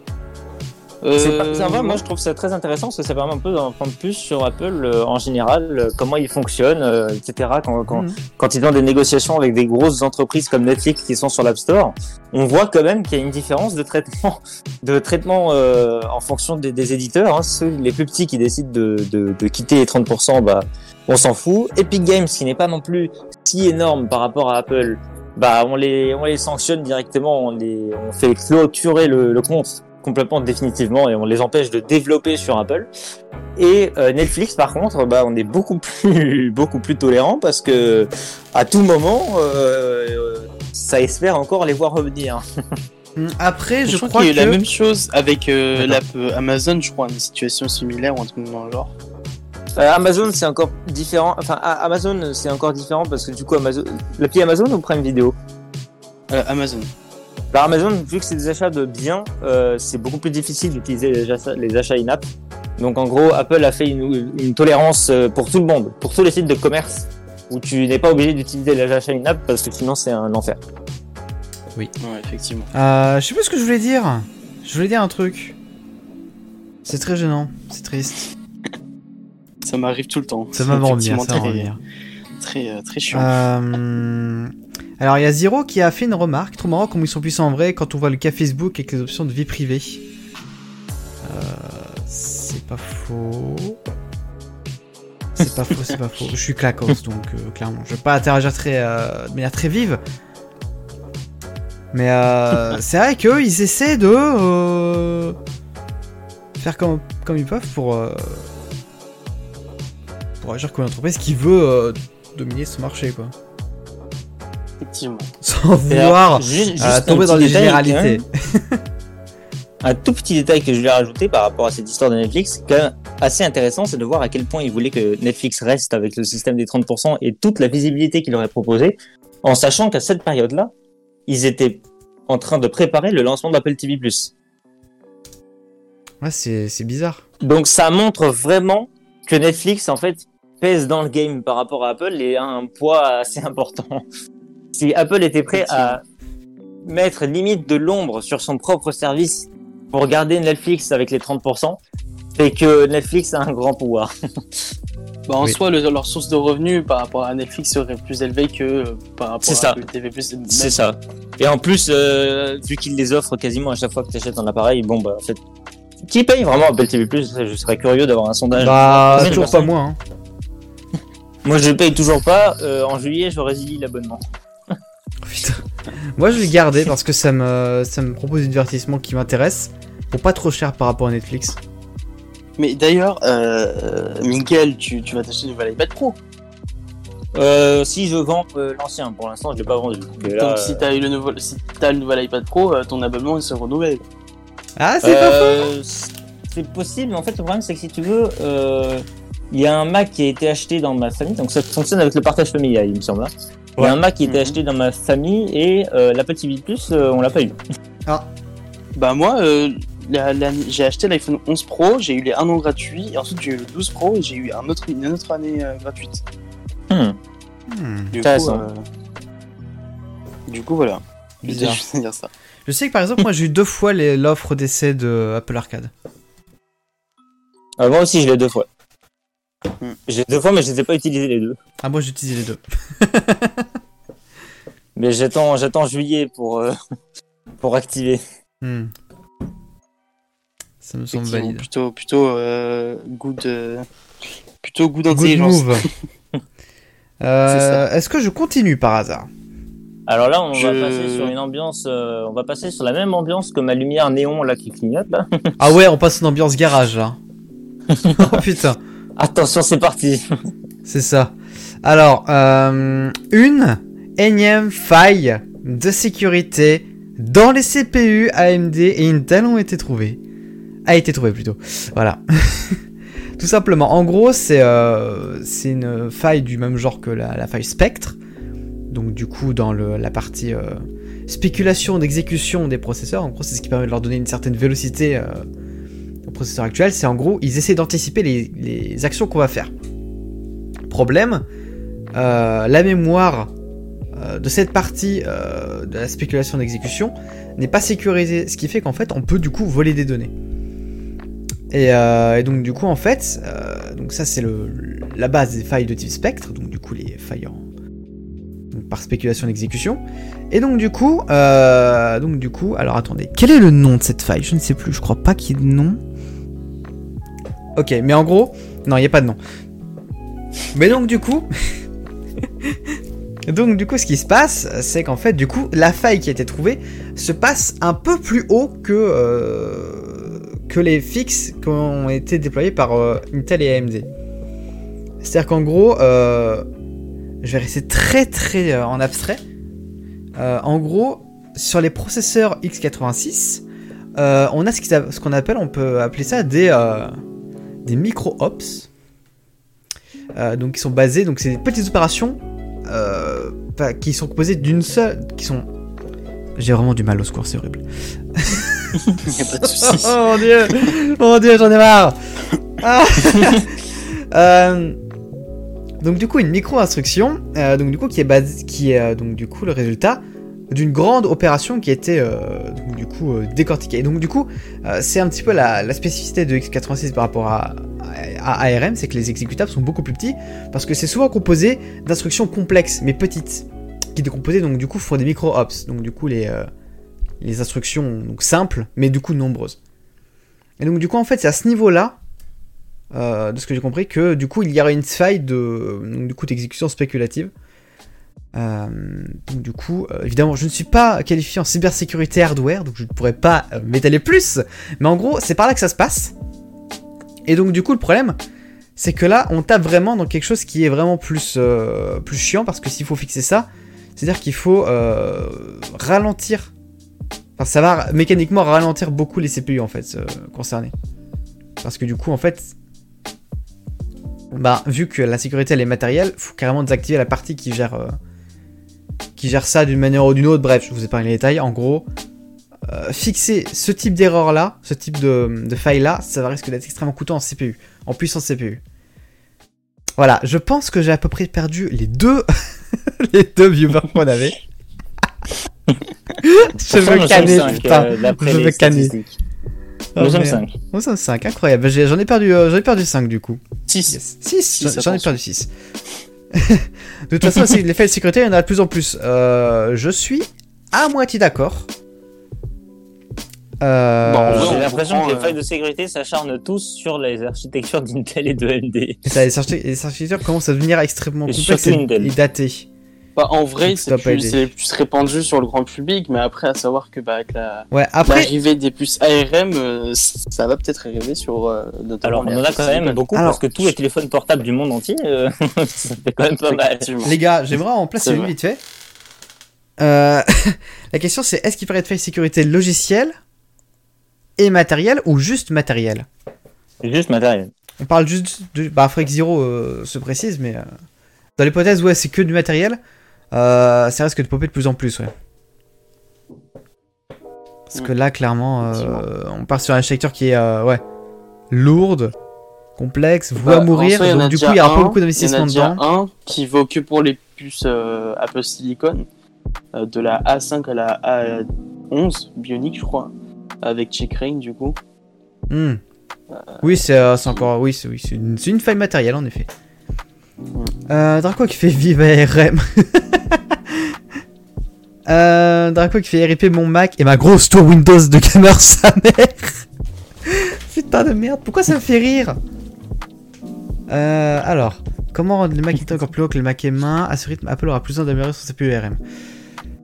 Moi je trouve ça très intéressant parce que ça permet un peu d'en apprendre plus sur Apple en général, comment ils fonctionnent, etc. Quand ils ont des négociations avec des grosses entreprises comme Netflix qui sont sur l'App Store, on voit quand même qu'il y a une différence de traitement en fonction des éditeurs. Hein. Ceux les plus petits qui décident de quitter les 30%, on s'en fout. Epic Games qui n'est pas non plus si énorme par rapport à Apple, on les sanctionne directement, on fait clôturer le compte complètement définitivement et on les empêche de développer sur Apple. Et Netflix par contre, on est beaucoup plus tolérant parce que à tout moment ça espère encore les voir revenir. Après je crois qu'il y a eu la même chose avec l'app Amazon, je crois, une situation similaire ou un truc dans le genre. Amazon c'est encore différent. Enfin Amazon c'est encore différent parce que du coup l'appli Amazon ou Prime Video Amazon. Alors Amazon, vu que c'est des achats de biens, c'est beaucoup plus difficile d'utiliser les achats in-app. Donc en gros, Apple a fait une tolérance pour tout le monde, pour tous les sites de commerce, où tu n'es pas obligé d'utiliser les achats in-app parce que sinon c'est un enfer. Oui. Ouais, effectivement. Je sais pas ce que je voulais dire. Je voulais dire un truc. C'est très gênant, c'est triste. Ça m'arrive tout le temps. Ça va revenir, ça va revenir. Très chiant. Alors il y a Zero qui a fait une remarque, trop marrant comme ils sont puissants en vrai quand on voit le cas Facebook avec les options de vie privée. C'est pas faux. C'est pas faux. Je suis claquos donc clairement. Je vais pas interagir de manière très vive. Mais c'est vrai qu'eux ils essaient de faire comme ils peuvent pour agir comme une entreprise qui veut dominer ce marché quoi. Effectivement. Sans vouloir tomber dans les généralités. Un tout petit détail que je voulais rajouter par rapport à cette histoire de Netflix, quand même assez intéressant, c'est de voir à quel point ils voulaient que Netflix reste avec le système des 30% et toute la visibilité qu'ils leur aient proposée, en sachant qu'à cette période-là, ils étaient en train de préparer le lancement d'Apple TV+. Ouais, c'est bizarre. Donc ça montre vraiment que Netflix, en fait, pèse dans le game par rapport à Apple et a un poids assez important. Si Apple était prêt à mettre limite de l'ombre sur son propre service pour garder Netflix avec les 30%, c'est que Netflix a un grand pouvoir. En soi, leur source de revenus par rapport à Netflix serait plus élevée que par rapport à Apple TV+. C'est ça. Et en plus, vu qu'ils les offrent quasiment à chaque fois que tu achètes un appareil, en fait, qui paye vraiment Apple TV+? Je serais curieux d'avoir un sondage. Toujours pas moi. Hein. Moi, je paye toujours pas. En juillet, je résilie l'abonnement. Putain. Moi, je vais le garder parce que ça me propose du divertissement qui m'intéresse pour pas trop cher par rapport à Netflix. Mais d'ailleurs, Miguel, tu vas t'acheter une nouvelle iPad Pro. Si je vends l'ancien, pour l'instant, je l'ai pas vendu. Donc si t'as le nouvel iPad Pro, ton abonnement il se renouvelle. Ah, c'est pas faux. C'est possible, mais en fait, le problème, c'est que si tu veux, il y a un Mac qui a été acheté dans ma famille, donc ça fonctionne avec le partage familial, il me semble. Il y a un Mac qui a été acheté dans ma famille et l'Apple TV+, on l'a pas eu. Ah. Moi, j'ai acheté l'iPhone 11 Pro, j'ai eu les 1 an gratuits, et ensuite j'ai eu le 12 Pro et j'ai eu une autre année gratuite. Du coup, voilà. Bizarre. Je vais dire ça. Je sais que par exemple, moi j'ai eu 2 fois l'offre d'essai de Apple Arcade. Moi aussi, je l'ai 2 fois. J'ai 2 fois, mais je ne les ai pas utilisés les 2. Ah, moi j'ai utilisé les 2. Mais j'attends juillet pour activer. Ça me semble valide. Plutôt goût d'intelligence. Good move. Est-ce que je continue par hasard? Alors là, on va passer sur une ambiance, on va passer sur la même ambiance que ma lumière néon là qui clignote là. Ah ouais, on passe une ambiance garage là. Oh putain. Attention, c'est parti. C'est ça. Alors, une énième faille de sécurité dans les CPU AMD et Intel a été trouvée plutôt. Voilà. Tout simplement. En gros, c'est une faille du même genre que la faille Spectre. Donc du coup, dans la partie spéculation d'exécution des processeurs, en gros, c'est ce qui permet de leur donner une certaine vélocité aux processeurs actuels. C'est en gros, ils essaient d'anticiper les actions qu'on va faire. Problème, la mémoire de cette partie de la spéculation d'exécution n'est pas sécurisée, ce qui fait qu'en fait, on peut du coup voler des données. Et donc du coup, en fait, donc ça c'est la base des failles de type Spectre, donc du coup les failles par spéculation d'exécution. Et donc du coup, alors attendez, quel est le nom de cette faille? Je ne sais plus, je crois pas qu'il y ait de nom. Ok, mais en gros, non, il n'y a pas de nom. Mais donc du coup, ce qui se passe, c'est qu'en fait, du coup, la faille qui a été trouvée se passe un peu plus haut que les fixes qui ont été déployés par Intel et AMD. C'est-à-dire qu'en gros, je vais rester très très en abstrait. En gros, sur les processeurs x86, on a ce qu'on appelle, on peut appeler ça des micro-ops. Donc qui sont basés, donc c'est des petites opérations qui sont composées d'une seule, j'ai vraiment du mal au secours, c'est horrible. Y a pas de soucis. Oh mon dieu, j'en ai marre. Donc du coup une micro-instruction, donc du coup qui est donc du coup le résultat d'une grande opération qui a été donc, du coup décortiquée. Et donc du coup c'est un petit peu la spécificité de x86 par rapport à ARM, c'est que les exécutables sont beaucoup plus petits parce que c'est souvent composé d'instructions complexes mais petites qui décomposées donc du coup font des micro-ops, donc du coup les instructions donc simples mais du coup nombreuses. Et donc du coup en fait c'est à ce niveau-là de ce que j'ai compris que du coup il y aurait une faille d'exécution spéculative. Donc du coup évidemment je ne suis pas qualifié en cybersécurité hardware donc je ne pourrais pas m'étaler plus, mais en gros c'est par là que ça se passe. Et donc du coup le problème c'est que là on tape vraiment dans quelque chose qui est vraiment plus chiant, parce que s'il faut fixer ça, c'est à dire qu'il faut ralentir, enfin ça va mécaniquement ralentir beaucoup les CPU en fait concernés, parce que du coup en fait vu que la sécurité elle est matérielle, faut carrément désactiver la partie qui gère ça d'une manière ou d'une autre. Bref, je vous épargne les détails. En gros, fixer ce type d'erreur là, ce type de faille là, ça va risquer d'être extrêmement coûteux en CPU, en puissance CPU. Voilà, je pense que j'ai à peu près perdu les deux viewers qu'on avait. Je veux canner, putain. Je veux canner. Nous sommes 5. Nous sommes 5, incroyable. J'en ai perdu 5 du coup. 6. Yes. 6, j'en ai perdu 6. De toute façon, les failles de sécurité, il y en a de plus en plus. Je suis à moitié d'accord. J'ai l'impression que les failles de sécurité s'acharnent tous sur les architectures d'Intel et de AMD. Et ça, les architectures commencent à devenir extrêmement complexes et datées. En vrai, c'est plus répandu sur le grand public, mais après, à savoir que avec l'arrivée des puces ARM, ça va peut-être arriver sur alors, on en a quand même beaucoup, parce que tous les téléphones portables du monde entier, ça fait quand même pas mal. Les gars, j'aimerais en placer une vite fait. La question c'est, est-ce qu'il faudrait de faille sécurité logicielle et matériel ou juste matériel? Juste matériel. On parle juste de... Freak0 se précise, mais dans l'hypothèse c'est que du matériel, ça risque de popper de plus en plus, ouais. Parce que là, clairement, on part sur une architecture qui est lourde, complexe, voie à mourir, donc du coup il y aura pas beaucoup d'investissement dedans. Il y en a un qui vaut que pour les puces Apple Silicon, de la A5 à la A11 Bionic, je crois, avec Checkra1 du coup. Oui, c'est encore, c'est une faille matérielle en effet. Draco qui fait vive ARM. Draco qui fait RIP mon Mac et ma grosse tour Windows de gamer sa mère. Putain de merde, pourquoi ça me fait rire? Alors, comment rendre le Mac encore plus haut que le Mac M1? À ce rythme, Apple aura plus besoin d'améliorer son CPU ARM.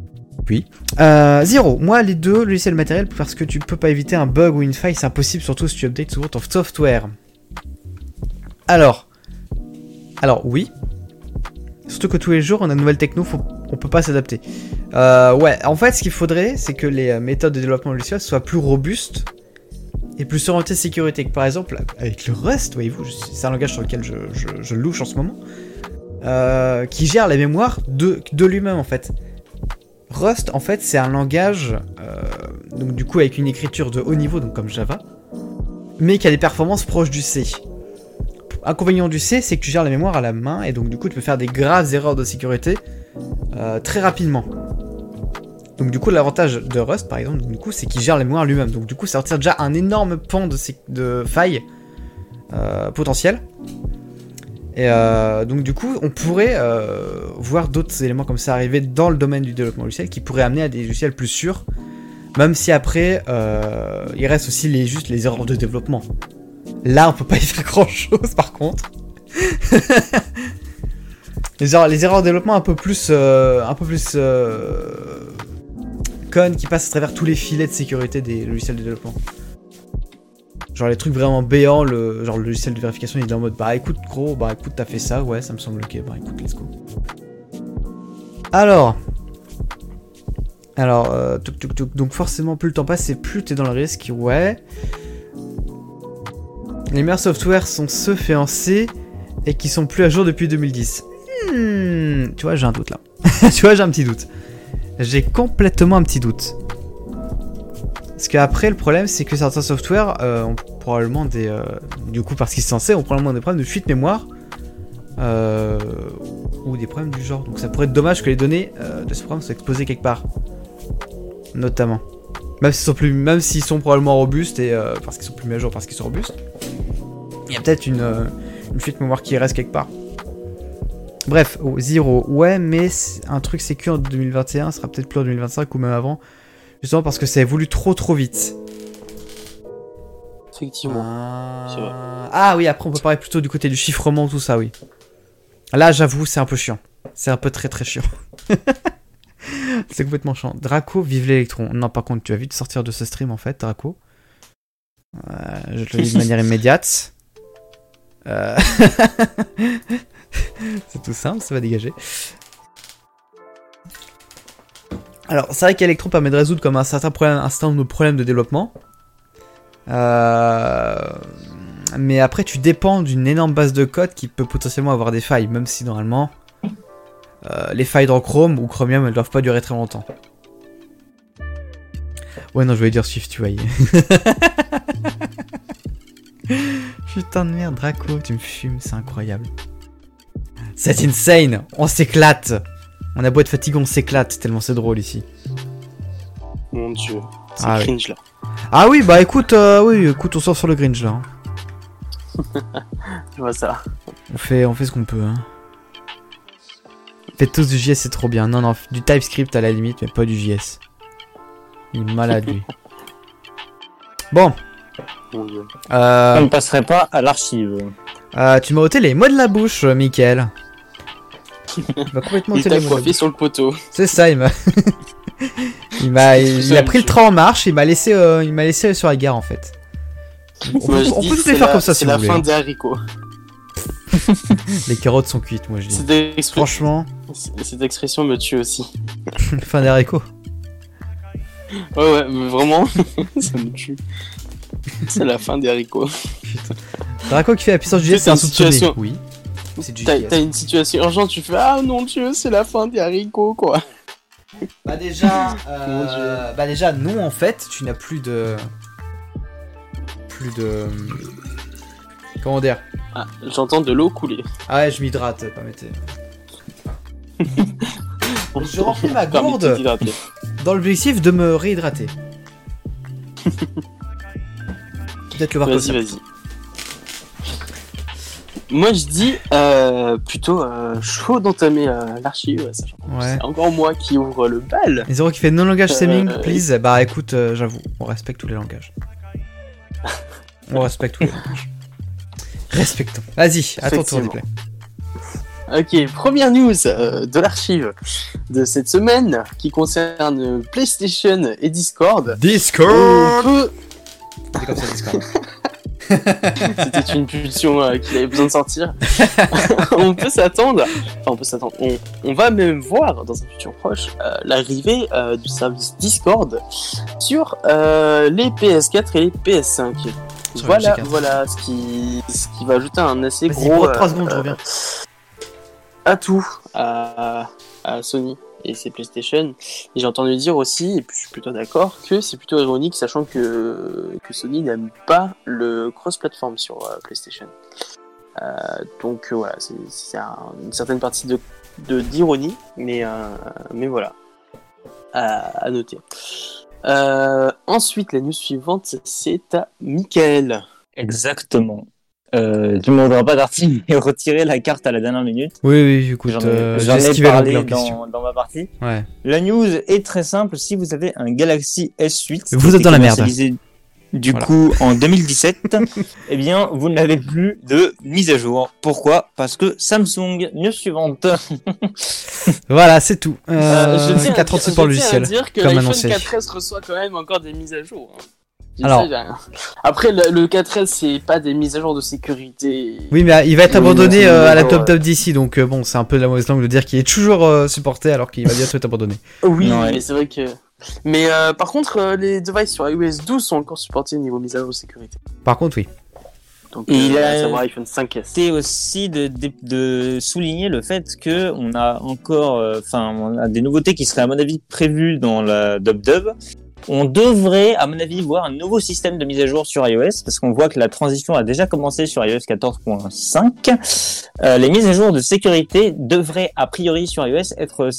Oui. Zero. Moi, les deux, logiciel matériel, parce que tu peux pas éviter un bug ou une faille, c'est impossible, surtout si tu updates souvent ton software. Alors, oui. Surtout que tous les jours, on a de nouvelles techno, on peut pas s'adapter. Ouais, en fait, ce qu'il faudrait, c'est que les méthodes de développement logiciel soient plus robustes et plus orientées sécurité. Par exemple, avec le Rust, voyez-vous, c'est un langage sur lequel je louche en ce moment, qui gère la mémoire de lui-même, en fait. Rust, en fait, c'est un langage, donc du coup, avec une écriture de haut niveau, donc comme Java, mais qui a des performances proches du C. Inconvénient du C, c'est que tu gères la mémoire à la main, et donc du coup, tu peux faire des graves erreurs de sécurité très rapidement. Donc du coup, l'avantage de Rust, par exemple, du coup, c'est qu'il gère la mémoire lui-même. Donc du coup, ça retire déjà un énorme pan de failles potentielles. Et donc du coup, on pourrait voir d'autres éléments comme ça arriver dans le domaine du développement logiciel qui pourraient amener à des logiciels plus sûrs, même si après, il reste aussi juste les erreurs de développement. Là, on peut pas y faire grand chose par contre. les erreurs de développement un peu plus connes qui passent à travers tous les filets de sécurité des logiciels de développement. Genre les trucs vraiment béants, le logiciel de vérification il est en mode bah écoute gros, bah écoute t'as fait ça, ouais ça me semble ok, bah écoute let's go. Alors, donc forcément plus le temps passe et plus t'es dans le risque, ouais. Les meilleurs softwares sont ceux faits en C et qui sont plus à jour depuis 2010. Tu vois j'ai un doute là. Tu vois j'ai un petit doute. J'ai complètement un petit doute. Parce qu'après, le problème, c'est que certains softwares ont probablement des... du coup, parce qu'ils sont censés, ont probablement des problèmes de fuite mémoire. Ou des problèmes du genre. Donc ça pourrait être dommage que les données de ce programme soient exposées quelque part. Notamment. Même s'ils sont probablement robustes, et parce qu'ils sont plus mis à jour, parce qu'ils sont robustes. Il y a peut-être une fuite mémoire qui reste quelque part. Bref, Zero, ouais, mais un truc sécu en 2021 sera peut-être plus en 2025 ou même avant. Justement parce que ça évolue trop vite. Effectivement. Ah oui, après on peut parler plutôt du côté du chiffrement, tout ça, oui. Là, j'avoue, c'est un peu chiant. C'est un peu très chiant. C'est complètement chiant. Draco, vive l'électron. Non, par contre, tu as vite sortir de ce stream en fait, Draco. Je te le dis de manière immédiate. C'est tout simple, ça va dégager. Alors, c'est vrai qu'Electron permet de résoudre comme un certain nombre de problèmes de développement. Mais après, tu dépends d'une énorme base de code qui peut potentiellement avoir des failles, même si normalement, les failles dans Chrome ou Chromium, elles doivent pas durer très longtemps. Ouais, non, je voulais dire SwiftUI. Putain de merde, Draco, tu me fumes, c'est incroyable. C'est insane, on s'éclate. On a beau être fatigué, on s'éclate tellement c'est drôle ici. Mon dieu, c'est cringe là. Ah oui, bah écoute, on sort sur le cringe là. Tu vois ça. On fait ce qu'on peut. Hein. Faites tous du JS, c'est trop bien. Non, du TypeScript à la limite, mais pas du JS. Il est malade lui. Bon. Mon dieu. On ne passerait pas à l'archive. Tu m'as ôté les mots de la bouche, Mickaël. Il m'a complètement ôté les mots de la bouche. Sur le poteau. C'est ça, il m'a pris le train en marche, il m'a laissé sur la gare en fait. On peut tous les faire comme ça si vous voulez. C'est la fin des haricots. Les carottes sont cuites, moi je dis. Franchement. Cette expression me tue aussi. Fin des haricots. Ouais, mais vraiment, ça me tue. C'est la fin des haricots. Putain. Draco qui fait la puissance du JS, c'est un soupçonné. Oui. T'as une situation urgente, tu fais ah non Dieu, c'est la fin des haricots quoi. Bah déjà, non en fait, tu n'as plus de... Comment dire? Ah, j'entends de l'eau couler. Ah ouais, je m'hydrate, permettez. Je remplis ma gourde dans l'objectif de me réhydrater. Peut-être le voir comme ça. Vas-y. Moi je dis plutôt chaud d'entamer l'archive, sachant que c'est encore moi qui ouvre le bal. Et Zero qui fait non-langage stemming, please. Bah écoute, j'avoue, on respecte tous les langages. On respecte tous les langages. Respectons. Vas-y, à ton tour, s'il te plaît. Ok, première news de l'archive de cette semaine qui concerne PlayStation et Discord. Discord. C'est comme ça Discord. C'était une pulsion qu'il avait besoin de sortir. On va même voir dans un futur proche l'arrivée du service Discord sur les PS4 et les PS5. Voilà ce qui va ajouter un assez gros 3 secondes, je reviens. atout à Sony et ses PlayStation. Et j'ai entendu dire aussi, et puis je suis plutôt d'accord, que c'est plutôt ironique, sachant que Sony n'aime pas le cross-platform sur PlayStation. Donc voilà, c'est une certaine partie d'ironie, mais voilà, à noter. Ensuite, la news suivante, c'est à Mickaël. Exactement. Tu me voudras pas d'article, mais retirer la carte à la dernière minute. Oui, écoute, j'en ai parlé dans ma partie. Ouais. La news est très simple. Si vous avez un Galaxy S8, vous êtes dans la merde. Du coup, en 2017, eh bien, vous n'avez plus de mise à jour. Pourquoi ? Parce que Samsung, news suivante. Voilà, c'est tout. Je tiens 4,37 pour le logiciel. Je dire que comme l'iPhone annoncé. 4S reçoit quand même encore des mises à jour. Alors, après le 4S c'est pas des mises à jour de sécurité. Oui, mais il va être abandonné à la top d'ici, donc bon, c'est un peu de la mauvaise langue de dire qu'il est toujours supporté alors qu'il va bientôt être abandonné. Oui, mais c'est vrai que. Mais par contre, les devices sur iOS 12 sont encore supportés au niveau mise à jour de sécurité. Par contre, oui. Donc, il à savoir iPhone 5S. C'est aussi de souligner le fait que on a encore, on a des nouveautés qui seraient à mon avis prévues dans la DubDub. On devrait, à mon avis, voir un nouveau système de mise à jour sur iOS, parce qu'on voit que la transition a déjà commencé sur iOS 14.5. Les mises à jour de sécurité devraient, a priori, sur iOS être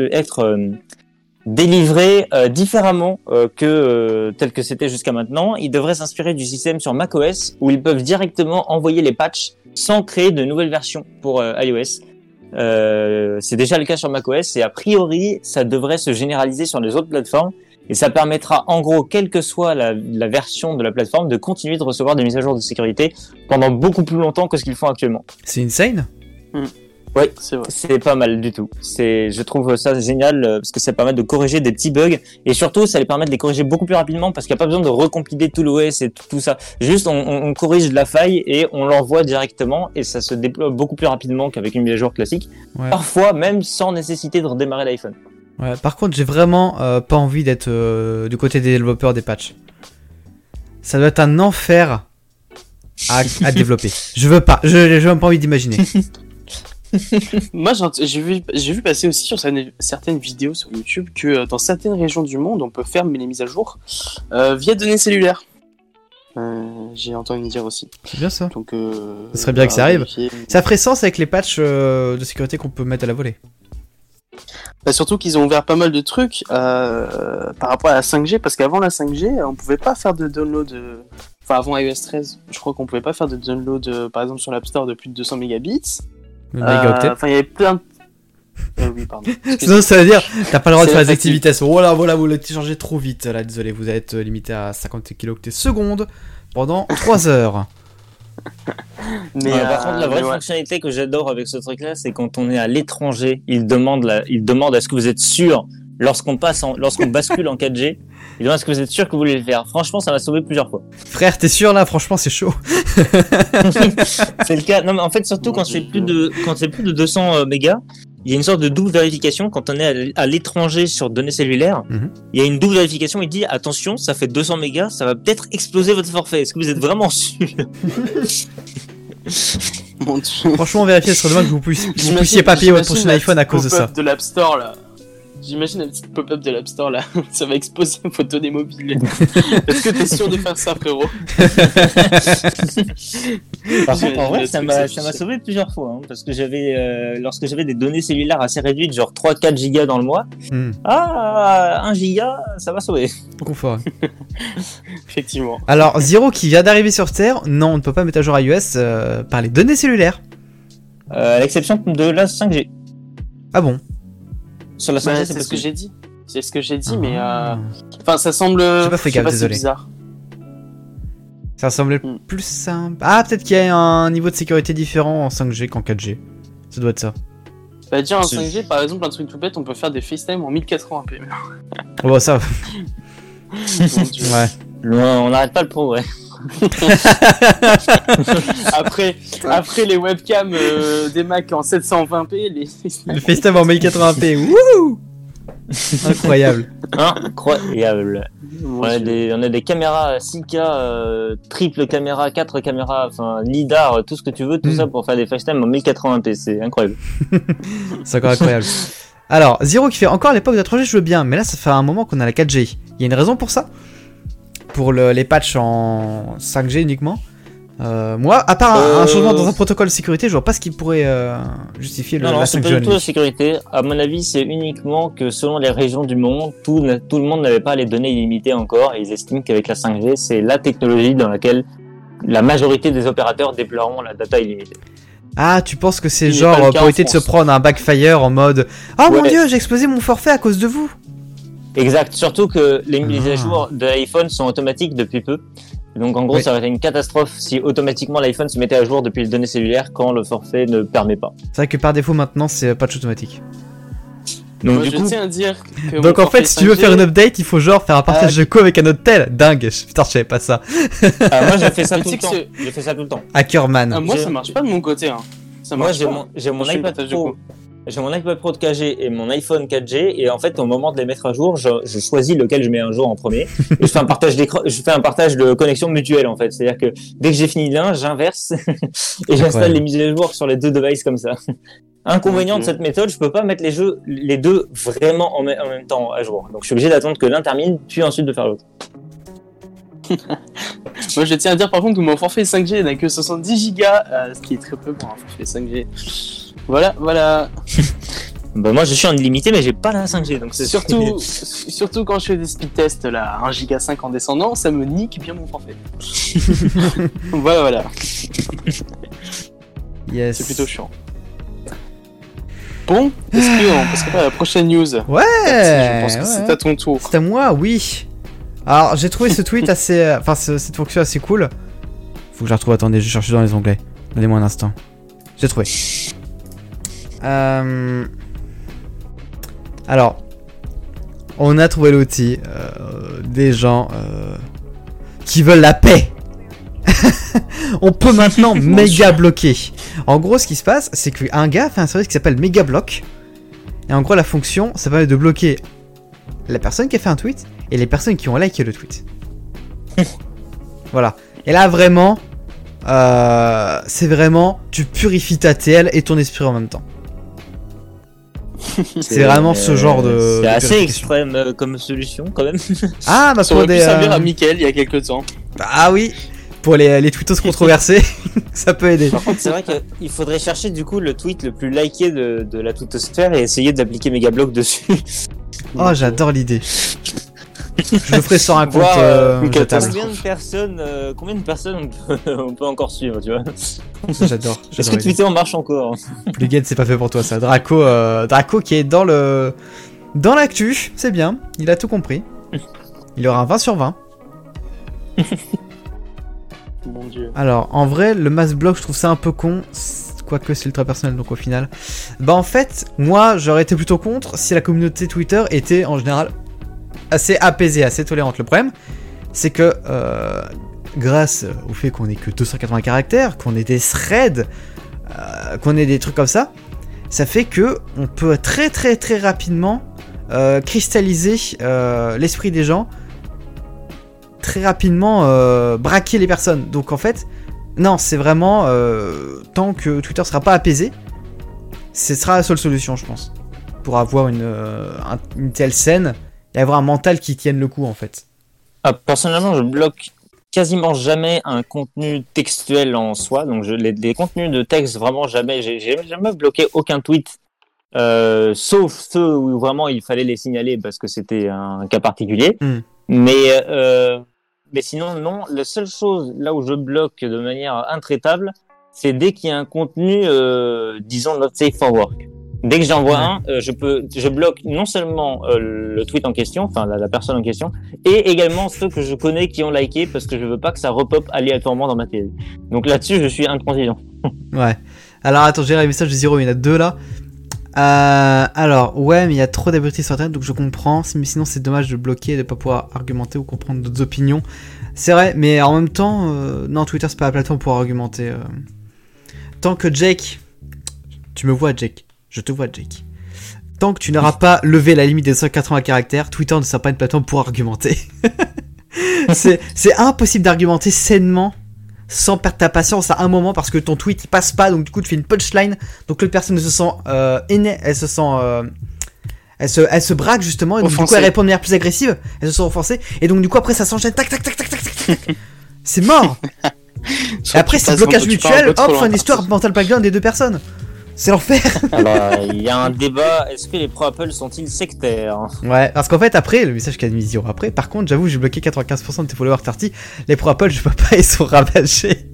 délivrées différemment que tel que c'était jusqu'à maintenant. Ils devraient s'inspirer du système sur macOS, où ils peuvent directement envoyer les patchs sans créer de nouvelles versions pour iOS. C'est déjà le cas sur macOS, et a priori, ça devrait se généraliser sur les autres plateformes. Et ça permettra, en gros, quelle que soit la version de la plateforme, de continuer de recevoir des mises à jour de sécurité pendant beaucoup plus longtemps que ce qu'ils font actuellement. C'est insane. Ouais, c'est pas mal du tout. Je trouve ça génial parce que ça permet de corriger des petits bugs et surtout ça les permet de les corriger beaucoup plus rapidement parce qu'il n'y a pas besoin de recompiler tout l'OS et tout ça. Juste on corrige la faille et on l'envoie directement et ça se déploie beaucoup plus rapidement qu'avec une mise à jour classique. Ouais. Parfois même sans nécessité de redémarrer l'iPhone. Ouais, par contre, j'ai vraiment pas envie d'être du côté des développeurs des patchs. Ça doit être un enfer à développer. Je veux pas. J'ai même pas envie d'imaginer. Moi, j'ai vu passer aussi sur certaines vidéos sur YouTube que dans certaines régions du monde, on peut faire les mises à jour via données cellulaires. J'ai entendu dire aussi. C'est bien ça. Donc, ça serait bien que ça arrive. Ça ferait sens avec les patchs de sécurité qu'on peut mettre à la volée. Bah surtout qu'ils ont ouvert pas mal de trucs par rapport à la 5G, parce qu'avant la 5G, on pouvait pas faire de download. Enfin, avant iOS 13, je crois qu'on pouvait pas faire de download, par exemple sur l'App Store, de plus de 200 mégabits. Enfin, il y avait plein de... oui, pardon. Sinon, ça veut dire, t'as pas le droit de faire les activités. Voilà, vous l'avez téléchargé trop vite. Là, désolé, vous êtes limité à 50 kilooctets secondes pendant 3 heures. Mais par contre, la vraie fonctionnalité que j'adore avec ce truc-là, c'est quand on est à l'étranger, il demande est-ce que vous êtes sûr lorsqu'on bascule en 4G. Il demande est-ce que vous êtes sûr que vous voulez le faire. Franchement, ça m'a sauvé plusieurs fois. Frère, t'es sûr là? Franchement, c'est chaud. C'est le cas. Non, mais en fait, surtout quand c'est plus de 200 mégas. Il y a une sorte de double vérification quand on est à l'étranger sur données cellulaires. Il y a une double vérification. Il dit attention, ça fait 200 mégas, ça va peut-être exploser votre forfait. Est-ce que vous êtes vraiment sûr? Mon Dieu. Franchement, vérifiez, ce serait dommage que vous puissiez pas payer votre prochain iPhone à cause de ça. De l'App Store là. J'imagine la petite pop-up de l'App Store là, ça va exploser vos données mobiles. Est-ce que t'es sûr de faire ça, frérot? Par contre, en vrai, ça m'a sauvé plusieurs fois, hein, parce que lorsque j'avais des données cellulaires assez réduites, genre 3-4 gigas dans le mois, 1 giga, ça m'a sauvé. Confort. Effectivement. Alors, Zero qui vient d'arriver sur Terre, non, on ne peut pas mettre à jour iOS par les données cellulaires. À l'exception de la 5G. Ah bon? Sur la 5G, c'est ce que j'ai dit. C'est ce que j'ai dit, mais enfin, ça semble. J'ai pas fait gaffe, désolé. Bizarre. Ça semblait plus simple. Ah, peut-être qu'il y a un niveau de sécurité différent en 5G qu'en 4G. Ça doit être ça. Bah déjà en 5G, par exemple, un truc tout bête, on peut faire des FaceTime en 1080p. Oh bah ça. Ouais. On n'arrête pas le progrès. après les webcams des Mac en 720p, le FaceTime en 1080p. Wouh! Incroyable. Incroyable. On a des caméras 6K, triple caméra, 4 caméras, enfin lidar, tout ce que tu veux, tout ça pour faire des FaceTime en 1080p, c'est incroyable. C'est encore incroyable. Alors, Zero qui fait encore à l'époque de la 3G, je veux bien, mais là ça fait un moment qu'on a la 4G. Il y a une raison pour ça? Pour les patchs en 5G uniquement? Moi, à part un changement dans un protocole de sécurité, je vois pas ce qui pourrait justifier la 5G. C'est pas du tout la sécurité. À mon avis, c'est uniquement que selon les régions du monde, tout le monde n'avait pas les données illimitées encore. Et ils estiment qu'avec la 5G, c'est la technologie dans laquelle la majorité des opérateurs déploieront la data illimitée. Ah, tu penses que c'est genre pour éviter de se prendre un backfire en mode « Oh mon dieu, j'ai explosé mon forfait à cause de vous !» Exact. Surtout que les mises à jour de l'iPhone sont automatiques depuis peu. Donc en gros, ça aurait été une catastrophe si automatiquement l'iPhone se mettait à jour depuis les données cellulaires quand le forfait ne permet pas. C'est vrai que par défaut maintenant, c'est patch automatique. Donc moi, je tiens à dire que donc en fait, si tu veux faire une update, il faut genre faire un partage de co avec un hôtel. Dingue, putain, je savais pas ça. Moi, j'ai fait ça tout le temps. J'ai fait ça tout le temps. Hackerman. Moi, ça marche pas de mon côté. Hein. Moi, j'ai mon iPad Pro. J'ai mon iPad Pro de 4G et mon iPhone 4G et en fait au moment de les mettre à jour, je choisis lequel je mets un jour en premier et je fais un partage d'écran, je fais un partage de connexion mutuelle en fait, c'est-à-dire que dès que j'ai fini l'un, j'inverse et j'installe les mises à jour sur les deux devices comme ça. Inconvénient de cette méthode, je peux pas mettre les deux vraiment en même temps à jour. Donc je suis obligé d'attendre que l'un termine puis ensuite de faire l'autre. Moi je tiens à dire par contre que mon forfait 5G n'a que 70 Go, ce qui est très peu pour un forfait 5G. Voilà. Bah moi je suis en illimité mais j'ai pas la 5G donc c'est surtout quand je fais des speed tests là, 1,5 Go en descendant, ça me nique bien mon forfait. voilà. Yes. C'est plutôt chiant. Bon, est-ce qu'on passerait pas à la prochaine news? Ouais. Je pense que c'est à ton tour. C'est à moi, oui. Alors j'ai trouvé ce tweet assez, enfin cette fonction assez cool. Faut que je la retrouve. Attendez, je cherche dans les onglets. Donnez-moi un instant. J'ai trouvé. Alors, on a trouvé l'outil des gens qui veulent la paix. On peut maintenant méga bloquer. En gros, ce qui se passe, c'est qu'un gars fait un service qui s'appelle Méga Block. Et en gros, la fonction, ça permet de bloquer la personne qui a fait un tweet et les personnes qui ont liké le tweet. Voilà. Et là, vraiment, c'est vraiment, tu purifies ta TL et ton esprit en même temps. C'est vraiment ce genre de. C'est assez extrême comme solution quand même. Ah, bah ça aurait pu servir à Mickaël il y a quelques temps. Ah oui, pour les tweetos controversés, ça peut aider. Par contre, c'est vrai qu'il faudrait chercher du coup le tweet le plus liké de la twittosphère et essayer d'appliquer Megablock dessus. Oh, j'adore l'idée. Je le ferai sur un compte jetable. Combien de personnes on peut encore suivre, tu vois? J'adore. Est-ce que Twitter marche encore? Plugin, c'est pas fait pour toi ça. Draco qui est dans l'actu, c'est bien. Il a tout compris. Il aura un 20 sur 20. Mon Dieu. Alors, en vrai, le mass block, je trouve ça un peu con. Quoique c'est ultra personnel, donc au final. Bah, en fait, moi, j'aurais été plutôt contre si la communauté Twitter était en général assez apaisée, assez tolérante. Le problème, c'est que grâce au fait qu'on ait que 280 caractères, qu'on ait des threads, qu'on ait des trucs comme ça, ça fait que on peut très très très rapidement cristalliser l'esprit des gens, très rapidement braquer les personnes. Donc en fait, non, c'est vraiment tant que Twitter sera pas apaisé, ce sera la seule solution, je pense, pour avoir une telle scène et avoir un mental qui tienne le coup en fait. Personnellement, je bloque quasiment jamais un contenu textuel en soi, donc les contenus de texte vraiment jamais. J'ai jamais bloqué aucun tweet, sauf ceux où vraiment il fallait les signaler parce que c'était un cas particulier. Mais sinon non. La seule chose là où je bloque de manière intraitable, c'est dès qu'il y a un contenu, disons not safe for work. Dès que j'en vois un, je bloque non seulement le tweet en question, enfin la personne en question, et également ceux que je connais qui ont liké parce que je veux pas que ça repop aléatoirement dans ma télé. Donc là-dessus, je suis intransigeant. Ouais. Alors attends, j'ai les messages de Zero, il y en a 2 là. Alors, ouais, mais il y a trop d'abrutis sur internet, donc je comprends. Mais sinon, c'est dommage de bloquer et de pas pouvoir argumenter ou comprendre d'autres opinions. C'est vrai, mais en même temps, non, Twitter, c'est pas la plateforme pour argumenter. Tant que Jake... Tu me vois, Jake. Je te vois, Jake. Tant que tu n'auras pas levé la limite des 180 caractères, Twitter ne sera pas une plateforme pour argumenter. c'est impossible d'argumenter sainement sans perdre ta patience à un moment parce que ton tweet il passe pas, donc du coup tu fais une punchline, donc l'autre personne se sent elle se braque justement, et donc du coup elle répond de manière plus agressive, elle se sent offensée, et donc du coup après ça s'enchaîne, tac tac tac tac tac tac, c'est mort. Et après c'est blocage mutuel, hop, fin d'histoire, mental background des deux personnes. C'est l'enfer. Alors, il y a un débat, est-ce que les pro-Apple sont-ils sectaires? Ouais, parce qu'en fait, après, le message qu'a mis Zero après, par contre, j'avoue, j'ai bloqué 95% de tes followers 30. Les pro-Apple, je peux pas, ils sont rabâchés.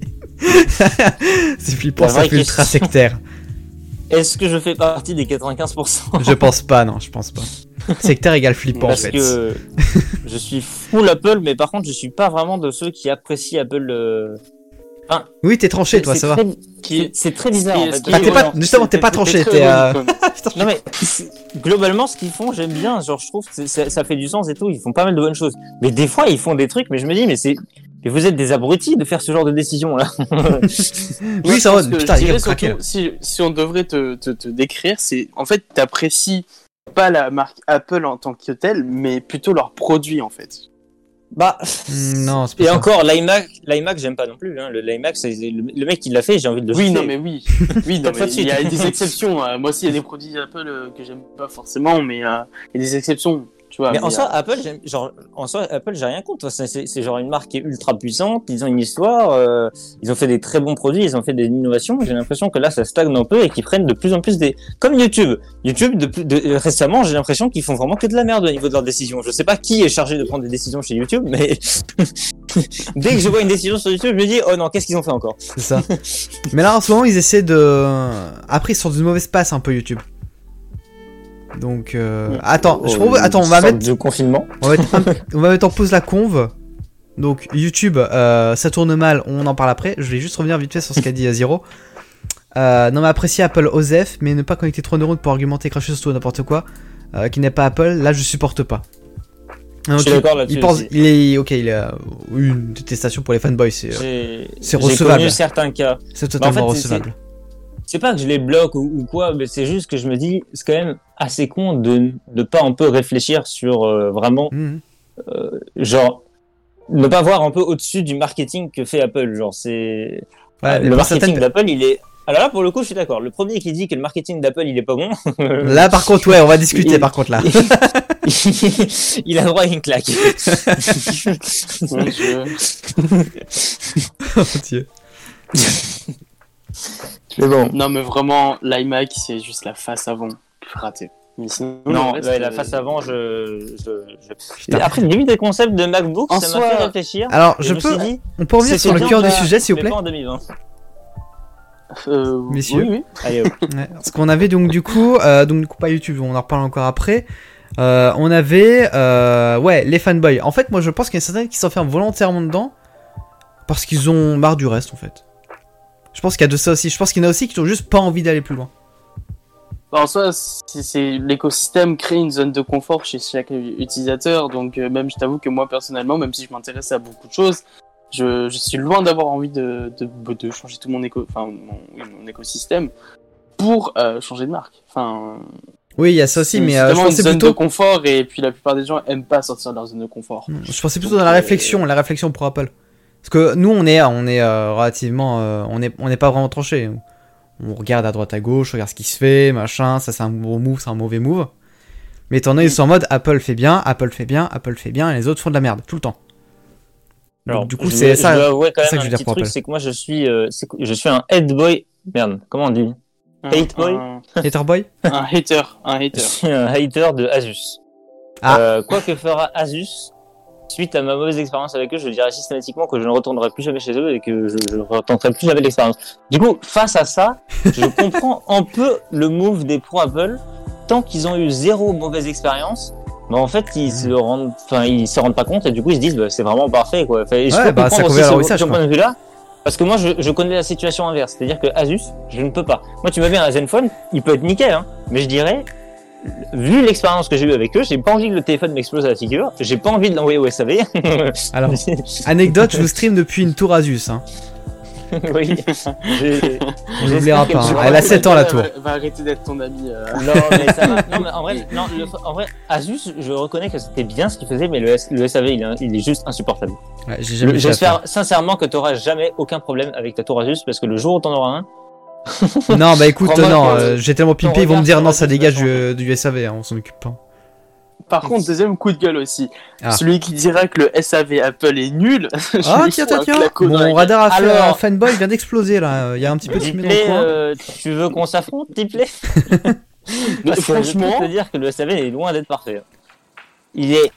C'est flippant, ça fait ultra sectaire. Est-ce que je fais partie des 95%? Je pense pas, non, je pense pas. Sectaire égale flippant, parce en fait. Parce que je suis full Apple, mais par contre, je suis pas vraiment de ceux qui apprécient Apple. Enfin, oui, t'es tranché, toi, ça va. C'est très bizarre, en fait. Justement, t'es pas tranché, Non, mais globalement, ce qu'ils font, j'aime bien. Genre, je trouve que ça fait du sens et tout. Ils font pas mal de bonnes choses. Mais des fois, ils font des trucs, mais je me dis, mais vous êtes des abrutis de faire ce genre de décision, là. Oui, ça va. Putain, il surtout, si on devrait te décrire, c'est, en fait, t'apprécies pas la marque Apple en tant que telle, mais plutôt leurs produits, en fait. Bah, non, c'est pas et ça. encore, l'iMac, j'aime pas non plus, hein. L'iMac, c'est le mec qui l'a fait, j'ai envie de le jeter. Oui, non, mais il y a des exceptions. Moi aussi, il y a des produits Apple que j'aime pas forcément, mais il y a des exceptions. Tu vois, mais en soi, Apple, j'ai rien contre. C'est genre une marque qui est ultra puissante. Ils ont une histoire. Ils ont fait des très bons produits. Ils ont fait des innovations. J'ai l'impression que là, ça stagne un peu et qu'ils prennent de plus en plus comme YouTube. Récemment, j'ai l'impression qu'ils font vraiment que de la merde au niveau de leurs décisions. Je sais pas qui est chargé de prendre des décisions chez YouTube, mais dès que je vois une décision sur YouTube, je me dis, oh non, qu'est-ce qu'ils ont fait encore? C'est ça. Mais là, en ce moment, ils essaient après, ils sont dans une mauvaise passe un peu YouTube. Donc attends, on va mettre du confinement. On va mettre en pause la conve. Donc YouTube, ça tourne mal, on en parle après. Je vais juste revenir vite fait sur ce qu'a dit Zero. Non mais apprécier Apple OSEF, mais ne pas connecter 3 neurones pour argumenter, cracher sur tout n'importe quoi, qui n'est pas Apple, là je supporte pas. Donc, je suis d'accord là-dessus. Il a une détestation pour les fanboys, c'est recevable. J'ai connu certains cas. C'est totalement recevable. C'est pas que je les bloque ou quoi, mais c'est juste que je me dis, c'est quand même assez con de ne pas un peu réfléchir sur vraiment, genre, ne pas voir un peu au-dessus du marketing que fait Apple. Genre, c'est. Ouais, le marketing d'Apple, il est. Alors là, pour le coup, je suis d'accord. Le premier qui dit que le marketing d'Apple, il est pas bon. Là, par contre, ouais, on va discuter, par contre, là. Il a droit à une claque. Mon Dieu. Oh Dieu. Mais bon. Non, mais vraiment, l'iMac, c'est juste la face avant ratée. Non, la face avant, Après, j'ai vu des concepts de MacBook, ça m'a fait réfléchir. Alors, on peut revenir sur le cœur du sujet, s'il vous plaît. Pas en 2020. Messieurs. Oui. Allez, hop. Ouais, parce qu'on avait donc du coup pas YouTube, on en reparle encore après. On avait les fanboys. En fait, moi je pense qu'il y a certains qui s'enferment volontairement dedans parce qu'ils ont marre du reste en fait. Je pense qu'il y a de ça aussi. Je pense qu'il y en a aussi qui ont juste pas envie d'aller plus loin. En soi, c'est l'écosystème crée une zone de confort chez chaque utilisateur. Donc même, je t'avoue que moi personnellement, même si je m'intéresse à beaucoup de choses, je suis loin d'avoir envie de changer tout mon écosystème pour changer de marque. Oui, il y a ça aussi, mais je pensais une zone de confort et puis la plupart des gens aiment pas sortir de leur zone de confort. Je pensais plutôt dans la réflexion pour Apple. Parce que nous, on est relativement, on n'est pas vraiment tranché. On regarde à droite à gauche, on regarde ce qui se fait, machin, ça c'est un bon move, c'est un mauvais move. Mais t'en as, ils sont en mode Apple fait bien, et les autres font de la merde tout le temps. Alors, donc, du coup, c'est ça. Je dois avouer quand même ça que un je veux dire petit pour truc, Apple. c'est que moi je suis un head boy. Merde, comment on dit? Hate boy? Hater boy? Un hater. Je suis un hater de Asus. Quoi que fera Asus, suite à ma mauvaise expérience avec eux, je dirais systématiquement que je ne retournerai plus jamais chez eux et que je ne retenterai plus jamais l'expérience. Du coup, face à ça, je comprends un peu le move des pro Apple. Tant qu'ils ont eu zéro mauvaise expérience, en fait, ils se rendent pas compte et du coup, ils se disent, c'est vraiment parfait, quoi. Je peux comprendre ça aussi ce point de vue-là. Parce que moi, je connais la situation inverse. C'est-à-dire que Asus, je ne peux pas. Moi, tu m'as bien un Zenfone, il peut être nickel, hein. Mais je dirais, vu l'expérience que j'ai eue avec eux, j'ai pas envie que le téléphone m'explose à la figure. J'ai pas envie de l'envoyer au SAV. Alors, anecdote, je vous stream depuis une tour Asus, hein. Oui. On l'oubliera pas, hein. Elle a 7 ans la tour. Va arrêter d'être ton ami. Non, mais ça va. Non, mais en vrai, Asus, je reconnais que c'était bien ce qu'il faisait, mais le SAV, il est juste insupportable. Ouais, j'espère sincèrement que t'auras jamais aucun problème avec ta tour Asus, parce que le jour où t'en auras un. Non, bah écoute, j'ai tellement pimpé, ils vont me dire non, ça dégage du SAV, hein, on s'en occupe pas. Par contre, deuxième coup de gueule aussi. Celui qui dira que le SAV Apple est nul. Ah, tiens. Mon radar a fait un fanboy vient d'exploser là. Il y a un petit peu de fumée dans le coin. Tu veux qu'on s'affronte, Tipley? Franchement, je peux te dire que le SAV est loin d'être parfait. Il est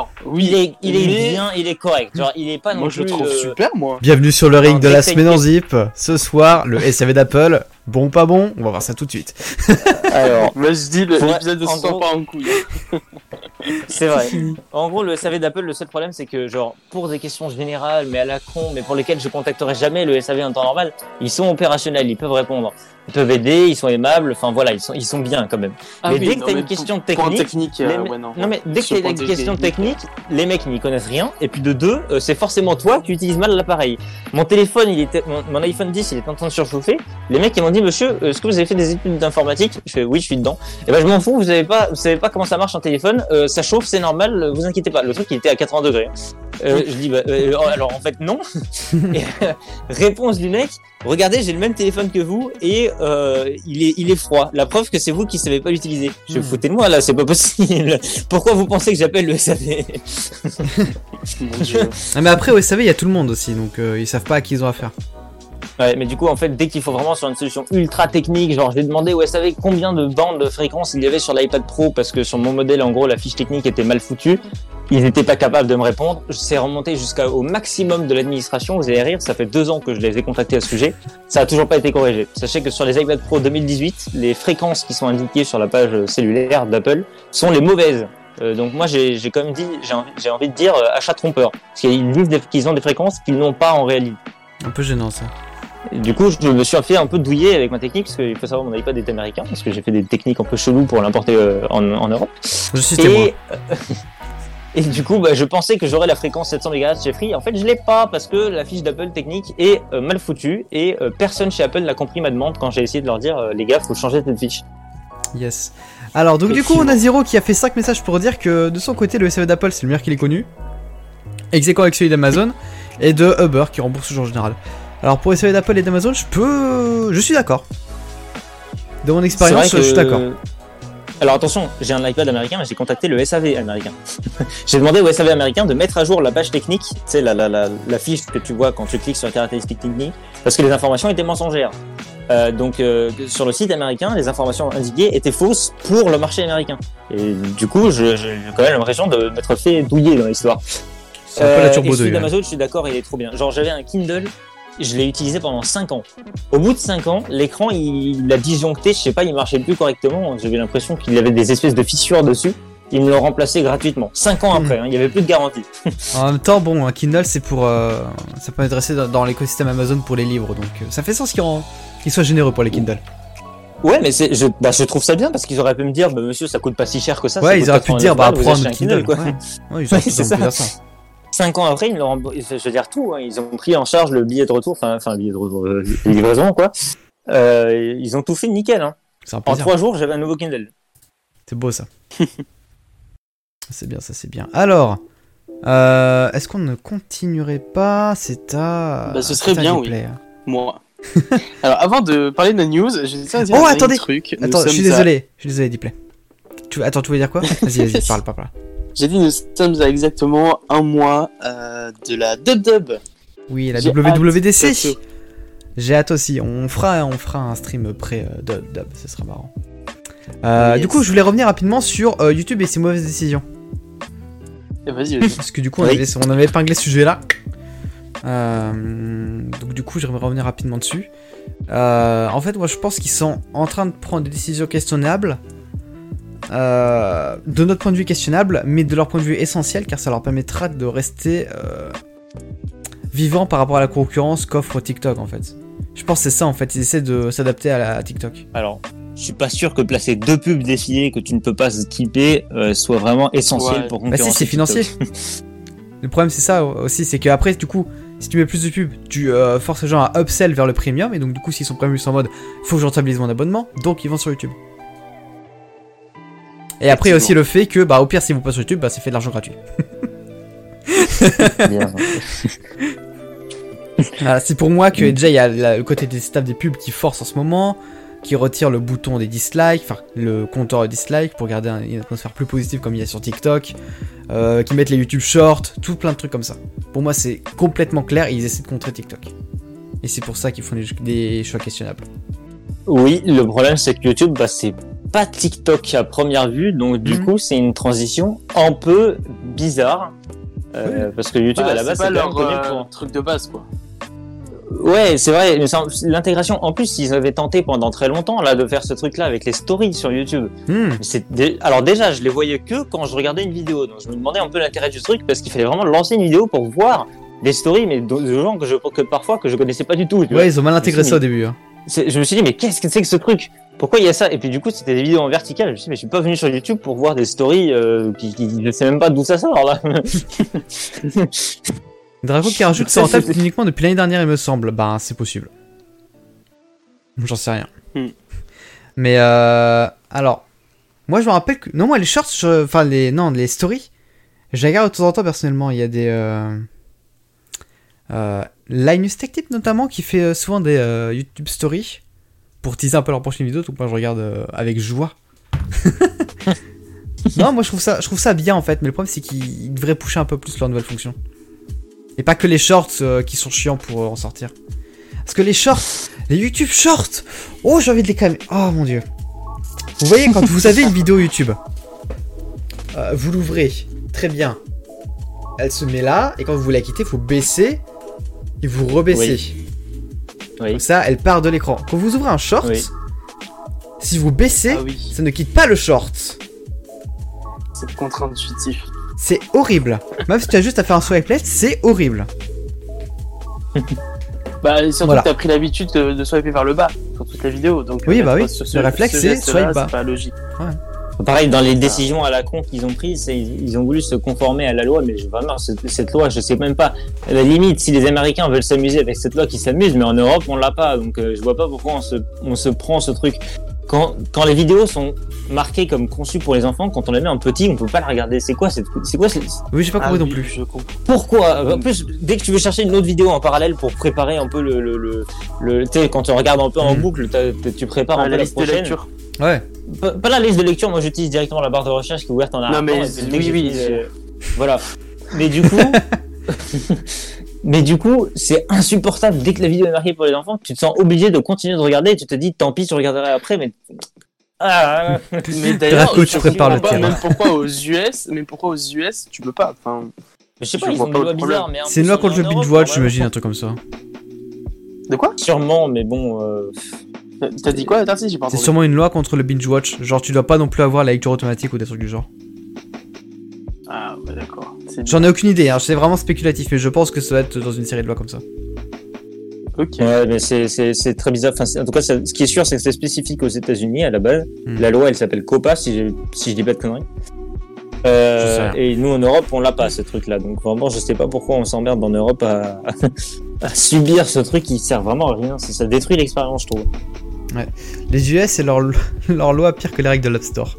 bien, il est correct. Genre, il est pas non plus. Moi, je le trouve super, moi. Bienvenue sur le ring de la semaine en zip. Ce soir, le SAV d'Apple. Bon ou pas bon? On va voir ça tout de suite. Alors, moi je dis l'épisode de 100 pas en couille. C'est vrai. En gros, le SAV d'Apple, le seul problème, c'est que, genre, pour des questions générales, mais à la con, mais pour lesquelles je contacterai jamais le SAV en temps normal, ils sont opérationnels, ils peuvent répondre. Ils peuvent aider, ils sont aimables, enfin voilà, ils sont bien quand même. Mais dès que t'as une question technique, dès que t'as une question technique, les mecs n'y connaissent rien, et puis de deux, c'est forcément toi qui utilises mal l'appareil. Mon téléphone, mon iPhone 10, il est en train de surchauffer. Les mecs, ils m'ont dit, monsieur, est-ce que vous avez fait des études d'informatique? Je fais, oui, je suis dedans. Et ben, je m'en fous, vous savez pas comment ça marche un téléphone, ça chauffe, c'est normal, vous inquiétez pas. Le truc, il était à 80 degrés. Je dis, alors en fait, non. Et, réponse du mec, regardez, j'ai le même téléphone que vous, et il est froid. La preuve que c'est vous qui savez pas l'utiliser. Je foutez de moi là, c'est pas possible. Pourquoi vous pensez que j'appelle le SAV? Mon Dieu. Ah, mais après au SAV il y a tout le monde aussi, donc ils savent pas à qui ils ont affaire. Ouais, mais du coup en fait dès qu'il faut vraiment sur une solution ultra technique, genre je vais demander au SAV combien de bandes de fréquences il y avait sur l'iPad Pro parce que sur mon modèle en gros la fiche technique était mal foutue. Ils n'étaient pas capables de me répondre. C'est remonté jusqu'au maximum de l'administration. Vous allez rire, ça fait 2 ans que je les ai contactés à ce sujet. Ça a toujours pas été corrigé. Sachez que sur les iPad Pro 2018, les fréquences qui sont indiquées sur la page cellulaire d'Apple sont les mauvaises. Donc moi j'ai quand même dit, j'ai envie de dire achat trompeur. Parce qu'ils disent qu'ils ont des fréquences qu'ils n'ont pas en réalité. Un peu gênant ça. Et du coup, je me suis fait un peu douiller avec ma technique parce qu'il faut savoir mon iPad est américain parce que j'ai fait des techniques un peu cheloues pour l'importer en Europe. Je suis témoin. Et du coup, je pensais que j'aurais la fréquence 700 MHz chez Free. En fait, je l'ai pas parce que la fiche d'Apple technique est mal foutue et personne chez Apple n'a compris ma demande quand j'ai essayé de leur dire les gars, faut changer cette fiche. Yes. Alors donc du coup, on a Zero qui a fait 5 messages pour dire que de son côté, le SAV d'Apple c'est le meilleur qu'il ait connu. Ex-aequo avec celui d'Amazon et de Uber qui rembourse toujours en général. Alors pour les SAV d'Apple et d'Amazon, je suis d'accord. De mon expérience, je suis d'accord. Alors attention, j'ai un iPad américain, mais j'ai contacté le SAV américain. J'ai demandé au SAV américain de mettre à jour la page technique, tu sais, la fiche que tu vois quand tu cliques sur les caractéristiques techniques, parce que les informations étaient mensongères. Donc sur le site américain, les informations indiquées étaient fausses pour le marché américain. Et du coup, j'ai quand même l'impression de m'être fait douiller dans l'histoire. C'est un peu la turbo et celui d'Amazon, je suis d'accord, il est trop bien. Genre j'avais un Kindle, je l'ai utilisé pendant 5 ans. Au bout de 5 ans, l'écran, il a disjoncté, je sais pas, il marchait plus correctement. J'avais l'impression qu'il avait des espèces de fissures dessus. Ils me l'ont remplacé gratuitement. 5 ans après, il y avait plus de garantie. En même temps, bon, un Kindle, c'est pour... ça peut être resté dans l'écosystème Amazon pour les livres, donc ça fait sens qu'ils soient généreux pour les Kindle. Ouais, mais je trouve ça bien parce qu'ils auraient pu me dire, monsieur, ça coûte pas si cher que ça. Ouais, ils auraient pu te dire, prends un Kindle, quoi. Ouais, ils auraient pu dire ça. 5 ans après, ils me l'ont, je veux dire tout, hein. Ils ont pris en charge le billet de retour, enfin le billet de retour, livraison, quoi. Ils ont tout fait nickel, hein. En 3 jours, j'avais un nouveau Kindle. C'est beau, ça. C'est bien, ça, c'est bien. Alors, est-ce qu'on ne continuerait pas? C'est à... ce serait bien, oui. Moi. Alors, avant de parler de la news, je vais dire attendez. un truc. Attends, je suis désolé, Dipley. Attends, tu voulais dire quoi? Vas-y, parle. J'ai dit, nous sommes à exactement 1 mois de la Dub. Oui, la WWDC. J'ai hâte aussi. On fera un stream pré-Dub, ce sera marrant. Yes. Du coup, je voulais revenir rapidement sur YouTube et ses mauvaises décisions. Vas-y. Parce que du coup, on avait épinglé ce sujet-là. Donc du coup, j'aimerais revenir rapidement dessus. En fait, moi, je pense qu'ils sont en train de prendre des décisions questionnables. De notre point de vue questionnable, mais de leur point de vue essentiel, car ça leur permettra de rester vivant par rapport à la concurrence qu'offre TikTok en fait. Je pense que c'est ça en fait, ils essaient de s'adapter à TikTok. Alors, je suis pas sûr que placer 2 pubs défilées que tu ne peux pas skipper soit vraiment essentiel pour concurrencer. Bah si, c'est financier. Le problème c'est ça aussi, c'est qu'après du coup, si tu mets plus de pubs, tu forces les gens à upsell vers le premium, et donc du coup s'ils sont premium, ils sont en mode faut que je rentabilise mon abonnement, donc ils vont sur YouTube. Et après il y a aussi le fait que au pire s'ils vont pas sur YouTube, c'est fait de l'argent gratuit. Bien. Voilà, c'est pour moi que déjà il y a le côté des staffs des pubs qui force en ce moment, qui retire le bouton des dislikes, enfin le compteur de dislikes pour garder une atmosphère plus positive comme il y a sur TikTok, qui mettent les YouTube Shorts, tout plein de trucs comme ça. Pour moi c'est complètement clair et ils essaient de contrer TikTok. Et c'est pour ça qu'ils font des choix questionnables. Oui, le problème c'est que YouTube, c'est pas TikTok à première vue, donc du coup c'est une transition un peu bizarre. Parce que YouTube à la base c'est pas quand même connu leur truc de base quoi. Ouais, c'est vrai, l'intégration, en plus ils avaient tenté pendant très longtemps là de faire ce truc là avec les stories sur YouTube. Alors déjà je les voyais que quand je regardais une vidéo, donc je me demandais un peu l'intérêt du truc parce qu'il fallait vraiment lancer une vidéo pour voir des stories mais de gens que parfois que je connaissais pas du tout. Ouais, ils ont mal intégré ça au début. Je me suis dit mais qu'est-ce que c'est que ce truc ? Pourquoi il y a ça ? Et puis du coup c'était des vidéos en vertical, je me suis dit mais je suis pas venu sur YouTube pour voir des stories qui je sais même pas d'où ça sort là. Draco qui rajoute ça en table uniquement depuis l'année dernière il me semble, c'est possible. J'en sais rien. Mais alors, moi je me rappelle que... Non moi les shorts, les stories, je les regarde de temps en temps personnellement, il y a des... Linus Tech Tip notamment qui fait souvent des YouTube Stories pour teaser un peu leur prochaine vidéo, donc moi je regarde avec joie. Non, moi je trouve ça bien en fait, mais le problème c'est qu'ils devraient pusher un peu plus leurs nouvelles fonctions. Et pas que les shorts qui sont chiants pour en sortir. Parce que les shorts, les YouTube Shorts, oh j'ai envie de les calmer, oh mon dieu. Vous voyez quand vous avez une vidéo YouTube, vous l'ouvrez, très bien. Elle se met là, et quand vous voulez la quitter, il faut baisser et vous rebaissez. Oui. Comme ça, elle part de l'écran. Quand vous ouvrez un short, si vous baissez, ça ne quitte pas le short. C'est contre-intuitif. C'est horrible. Même si tu as juste à faire un swipe left, c'est horrible. Surtout que t'as pris l'habitude de swiper vers le bas sur toute la vidéo. Donc, oui, le réflexe c'est swipe bas. C'est pas logique. Ouais. Pareil, dans les décisions à la con qu'ils ont prises, ils ont voulu se conformer à la loi, mais vraiment, cette loi, je sais même pas. À la limite, si les Américains veulent s'amuser avec cette loi, qu'ils s'amusent, mais en Europe, on l'a pas. Donc, je vois pas pourquoi on se prend ce truc. Quand les vidéos sont marquées comme conçues pour les enfants, quand on les met en petit, on peut pas la regarder. C'est quoi Oui, j'ai pas compris non plus. Je comprends. Pourquoi ? En plus, dès que tu veux chercher une autre vidéo en parallèle pour préparer un peu tu sais, quand tu regardes un peu en boucle, tu prépares un peu la prochaine. Lecture. Ouais. Pas la liste de lecture, moi j'utilise directement la barre de recherche qui est ouverte en arrière. Non mais voilà. Mais du coup, c'est insupportable dès que la vidéo est marquée pour les enfants, tu te sens obligé de continuer de regarder et tu te dis tant pis, je regarderai après, mais mais d'ailleurs, tu prépares le tir. Même pourquoi aux US, tu peux pas. Enfin, je sais pas, ils ont une loi bizarre, mais c'est une loi contre le binge watch, j'imagine un truc comme ça. De quoi ? Sûrement, mais bon. T'as dit quoi, Tarsi ? J'ai pas entendu. C'est sûrement une loi contre le binge watch. Genre, tu dois pas non plus avoir la lecture automatique ou des trucs du genre. Ah, ouais, d'accord. J'en ai aucune idée, c'est vraiment spéculatif, mais je pense que ça va être dans une série de lois comme ça. Ok. Ouais, mais c'est très bizarre. Enfin, en tout cas, ce qui est sûr, c'est que c'est spécifique aux États-Unis à la base. La loi, elle s'appelle COPPA, si je dis pas de conneries. Et nous en Europe, on l'a pas ce truc-là. Donc vraiment, je sais pas pourquoi on s'emmerde en Europe à subir ce truc qui sert vraiment à rien. Ça détruit l'expérience, je trouve. Ouais. Les US, c'est leur loi pire que les règles de l'App Store.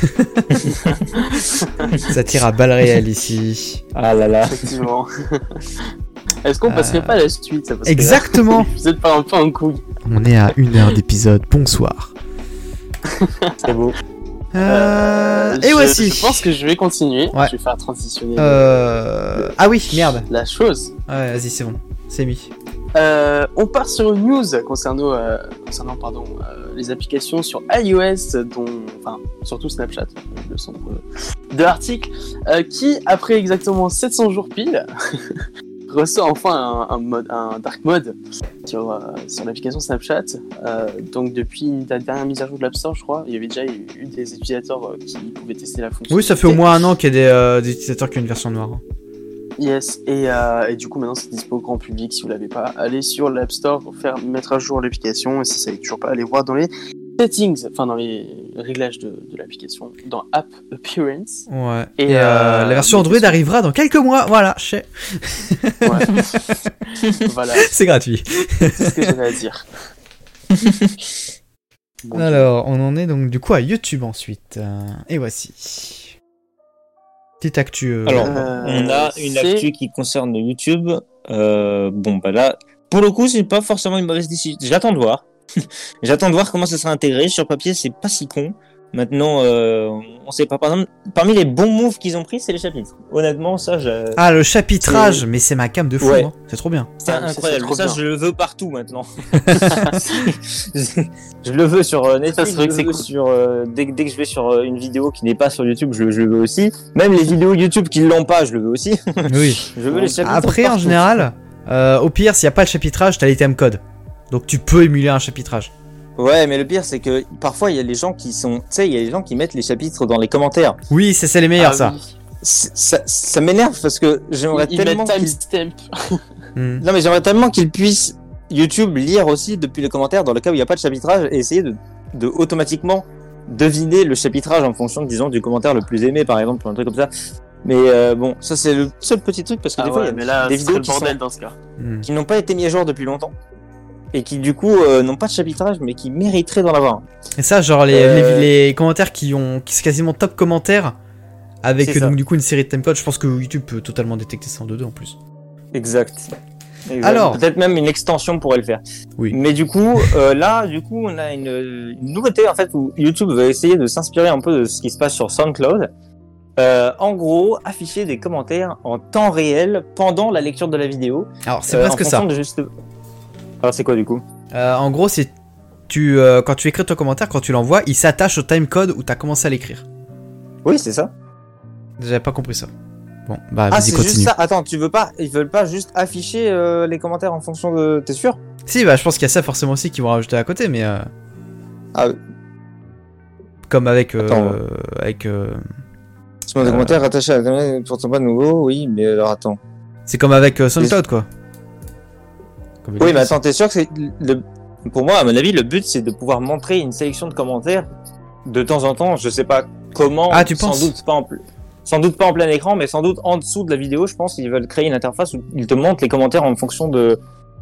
Ça tire à balles réelles ici. Ah là là. Effectivement. Est-ce qu'on passerait pas à la suite parce exactement. Que vous êtes pas un peu en couille. On est à 1 heure d'épisode. Bonsoir. C'est beau. Et voici. Je pense que je vais continuer. Ouais. Je vais faire transitionner. Ah oui, merde. La chose. Ouais, vas-y, c'est bon. C'est mis. On part sur une news concernant les applications sur iOS, surtout Snapchat, le centre de l'article, qui, après exactement 700 jours pile, reçoit enfin un dark mode sur l'application Snapchat. Donc depuis la dernière mise à jour de l'App Store, je crois, il y avait déjà eu des utilisateurs qui pouvaient tester la fonction. Oui, ça fait au moins 1 an qu'il y a des utilisateurs qui ont une version noire. Yes, et du coup maintenant c'est dispo au grand public. Si vous l'avez pas, allez sur l'App Store pour mettre à jour l'application. Et si ça n'est toujours pas, allez voir dans les settings, enfin dans les réglages de l'application, dans App Appearance. Ouais. Et la version Android arrivera dans quelques mois. Voilà, je sais. Ouais. Voilà. C'est gratuit. C'est ce que j'avais à dire. Bon, alors, on en est donc du coup à YouTube ensuite. Et voici. Petite actu. Alors, on a une actu qui concerne YouTube. Bon, bah là, pour le coup, c'est pas forcément une mauvaise décision. J'attends de voir. J'attends de voir comment ça sera intégré. Sur papier, c'est pas si con. Maintenant, on sait pas. Par exemple, parmi les bons moves qu'ils ont pris, c'est les chapitres. Honnêtement, ça, Ah, le chapitrage, mais c'est ma cam de fou. Ouais. Hein. C'est trop bien. C'est incroyable. C'est trop ça, je le veux partout maintenant. Je le veux sur Netflix. Ça, c'est je le veux sur dès que je vais sur une vidéo qui n'est pas sur YouTube, je le veux aussi. Même les vidéos YouTube qui l'ont pas, je le veux aussi. Oui. Je veux les chapitres. Après, partout. en général, au pire, s'il n'y a pas le chapitrage, t'as les timecode. Donc tu peux émuler un chapitrage. Ouais, mais le pire, c'est que parfois, il y a les gens qui sont... Tu sais, il y a des gens qui mettent les chapitres dans les commentaires. Oui, c'est les meilleurs, ça. Oui. Ça m'énerve parce que j'aimerais Ils tellement... mettent timestamp. Hmm. Non, mais j'aimerais tellement qu'ils puissent, YouTube, lire aussi depuis les commentaires dans le cas où il n'y a pas de chapitrage et essayer de automatiquement deviner le chapitrage en fonction, disons, du commentaire le plus aimé, par exemple, ou un truc comme ça. Mais bon, ça, c'est le seul petit truc parce que des fois, il y a mais là, des c'est vidéos le bordel dans ce cas. qui n'ont pas été mis à jour depuis longtemps. Et qui du coup n'ont pas de chapitrage mais qui mériteraient d'en avoir. Et ça, genre les commentaires qui sont quasiment top commentaires avec C'est ça. donc du coup une série de timecode, je pense que YouTube peut totalement détecter ça en 2-2 en plus. Exact. Alors, peut-être même une extension pourrait le faire. Oui. Mais du coup, là, on a une nouveauté en fait où YouTube va essayer de s'inspirer un peu de ce qui se passe sur SoundCloud. En gros, afficher des commentaires en temps réel pendant la lecture de la vidéo. Alors c'est presque ça. Alors c'est quoi du coup? En gros, c'est quand tu écris ton commentaire, quand tu l'envoies, il s'attache au timecode où t'as commencé à l'écrire. Oui, c'est ça. J'avais pas compris ça. Bon, bah Ah, vas-y, c'est continue. juste ça. Attends, ils veulent pas juste afficher les commentaires en fonction de... T'es sûr? Si, bah je pense qu'il y a ça forcément aussi qu'ils vont rajouter à côté, mais Ah, comme avec c'est des commentaires rattachés à la pourtant pas nouveau, oui, mais alors attends. c'est comme avec SoundCloud quoi. Comme Oui, ils mais disent. attends, t'es sûr que c'est pour moi, à mon avis, le but c'est de pouvoir montrer une sélection de commentaires de temps en temps. Je sais pas comment. Ah, tu penses? Sans doute pas en plein écran, mais sans doute en dessous de la vidéo. Je pense qu'ils veulent créer une interface où ils te montrent les commentaires en fonction de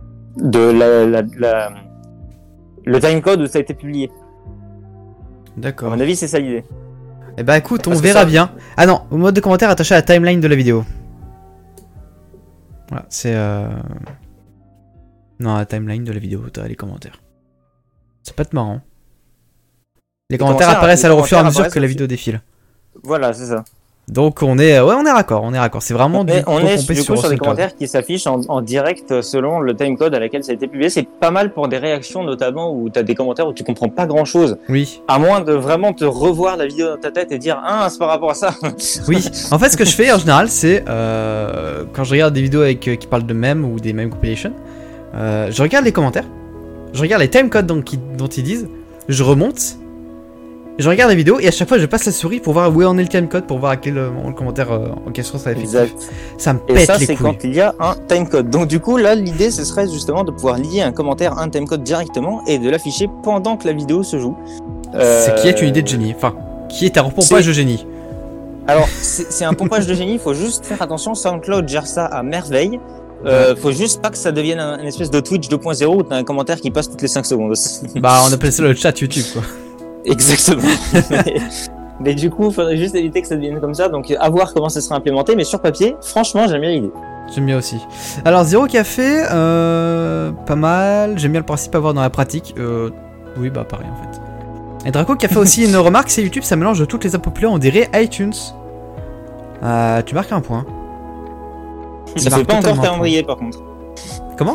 le timecode où ça a été publié. À D'accord. mon avis, c'est ça l'idée. Eh bah écoute, on Parce que verra ça- bien. Ah non, au mode de commentaire attaché à la timeline de la vidéo. Voilà, c'est non, la timeline de la vidéo, t'as les commentaires. Ça peut être marrant. Les commentaires apparaissent alors au fur et à mesure que la vidéo défile. Voilà, c'est ça. Donc on est raccord, C'est vraiment Mais on est pompé du coup sur des SoundCloud. commentaires qui s'affichent en direct selon le timecode à laquelle ça a été publié. C'est pas mal pour des réactions notamment où t'as des commentaires où tu comprends pas grand chose. Oui. À moins de vraiment te revoir la vidéo dans ta tête et dire ah c'est par rapport à ça. Oui, en fait ce que je fais en général c'est quand je regarde des vidéos qui parlent de mèmes ou des meme compilations, je regarde les commentaires, je regarde les timecodes dont ils disent, je remonte, je regarde la vidéo et à chaque fois je passe la souris pour voir où en est le timecode, pour voir à quel moment le commentaire en question sera effectif. Exact. Ça me Et pète ça les c'est couilles. quand il y a un timecode. Donc du coup là l'idée ce serait justement de pouvoir lier un commentaire à un timecode directement et de l'afficher pendant que la vidéo se joue. C'est qui est une idée de génie, enfin qui est un repompage de génie. Alors, c'est un pompage de génie, faut juste faire attention, SoundCloud gère ça à merveille. Faut juste pas que ça devienne un espèce de Twitch 2.0 où t'as un commentaire qui passe toutes les 5 secondes. Bah on appelle ça le chat YouTube quoi. Exactement. mais du coup, faudrait juste éviter que ça devienne comme ça, donc à voir comment ça sera implémenté, mais sur papier, franchement, j'aime bien l'idée. J'aime bien aussi. Alors Zéro Café, pas mal. J'aime bien le principe à voir dans la pratique. Oui bah pareil en fait. Et Draco qui a fait aussi une remarque, c'est YouTube, ça mélange toutes les apps populaires, on dirait iTunes. Tu marques un point. Ça fait pas encore calendrier par contre. Comment?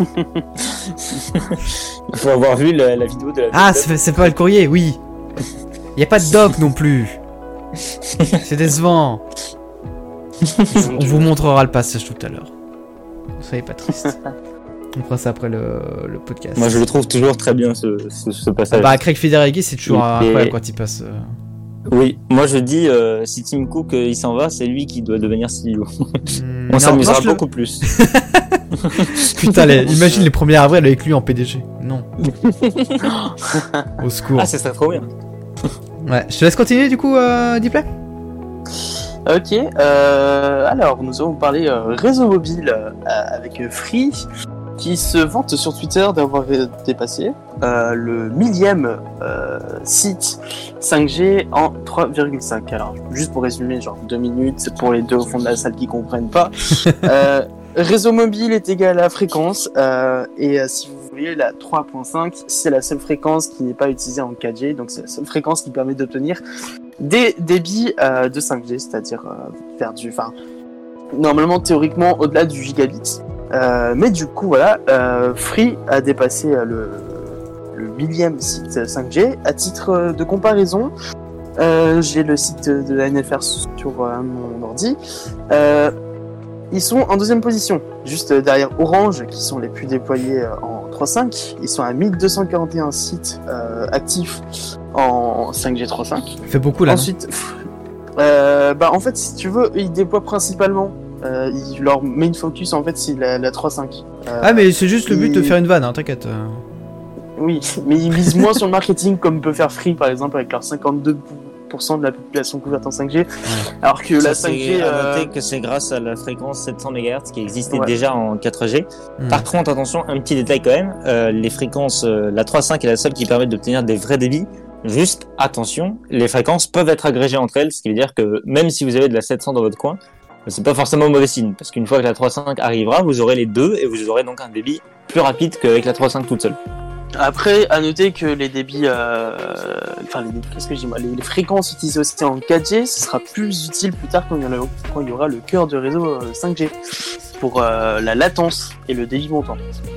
Il faut avoir vu la vidéo de la... Ah, c'est pas le courrier, oui. Y a pas de doc non plus. C'est décevant. On vous montrera le passage tout à l'heure. Soyez pas triste. On fera ça après le podcast. Moi je le trouve toujours très bien ce passage. Bah Craig Federighi c'est toujours Et- incroyable quand il passe. Oui, moi je dis, si Tim Cook il s'en va, c'est lui qui doit devenir CEO. On non, s'amusera beaucoup plus. Putain, imagine les 1er avril avec lui en PDG. Non. Au secours. Ah, ça serait trop bien. Ouais, je te laisse continuer du coup, Dplay. Ok, alors nous allons parler réseau mobile avec Free qui se vante sur Twitter d'avoir dépassé le 1000e site 5G en 3,5. Alors juste pour résumer, genre 2 minutes pour les deux au fond de la salle qui comprennent pas. Réseau mobile est égal à fréquence et si vous voulez la 3.5 c'est la seule fréquence qui n'est pas utilisée en 4G, donc c'est la seule fréquence qui permet d'obtenir des débits de 5G, c'est-à-dire faire du, enfin normalement théoriquement au-delà du gigabit, mais du coup voilà, Free a dépassé le 1000e site 5G. À titre de comparaison, j'ai le site de la NFR sur mon ordi. Ils sont en deuxième position, juste derrière Orange, qui sont les plus déployés en 3.5. Ils sont à 1241 sites actifs en 5G 3.5. Fait beaucoup là. Ensuite, en fait, si tu veux, ils déploient principalement. Leur main focus, en fait, c'est la 3.5. Ah, mais c'est juste le but de faire une vanne, hein, t'inquiète. Oui, mais ils misent moins sur le marketing, comme peut faire Free, par exemple, avec leurs 52% de la population couverte en 5G, alors que la 5G... à noter que c'est grâce à la fréquence 700 MHz qui existait déjà en 4G. Par contre, attention, un petit détail quand même, les fréquences, la 3.5 est la seule qui permet d'obtenir des vrais débits. Juste, attention, les fréquences peuvent être agrégées entre elles, ce qui veut dire que même si vous avez de la 700 dans votre coin, c'est pas forcément mauvais signe, parce qu'une fois que la 3.5 arrivera, vous aurez les deux, et vous aurez donc un débit plus rapide qu'avec la 3.5 toute seule. Après, à noter que les débits, qu'est-ce que je dis moi, les fréquences utilisées aussi en 4G, ce sera plus utile plus tard quand il y aura le cœur de réseau 5G pour la latence et le débit montant.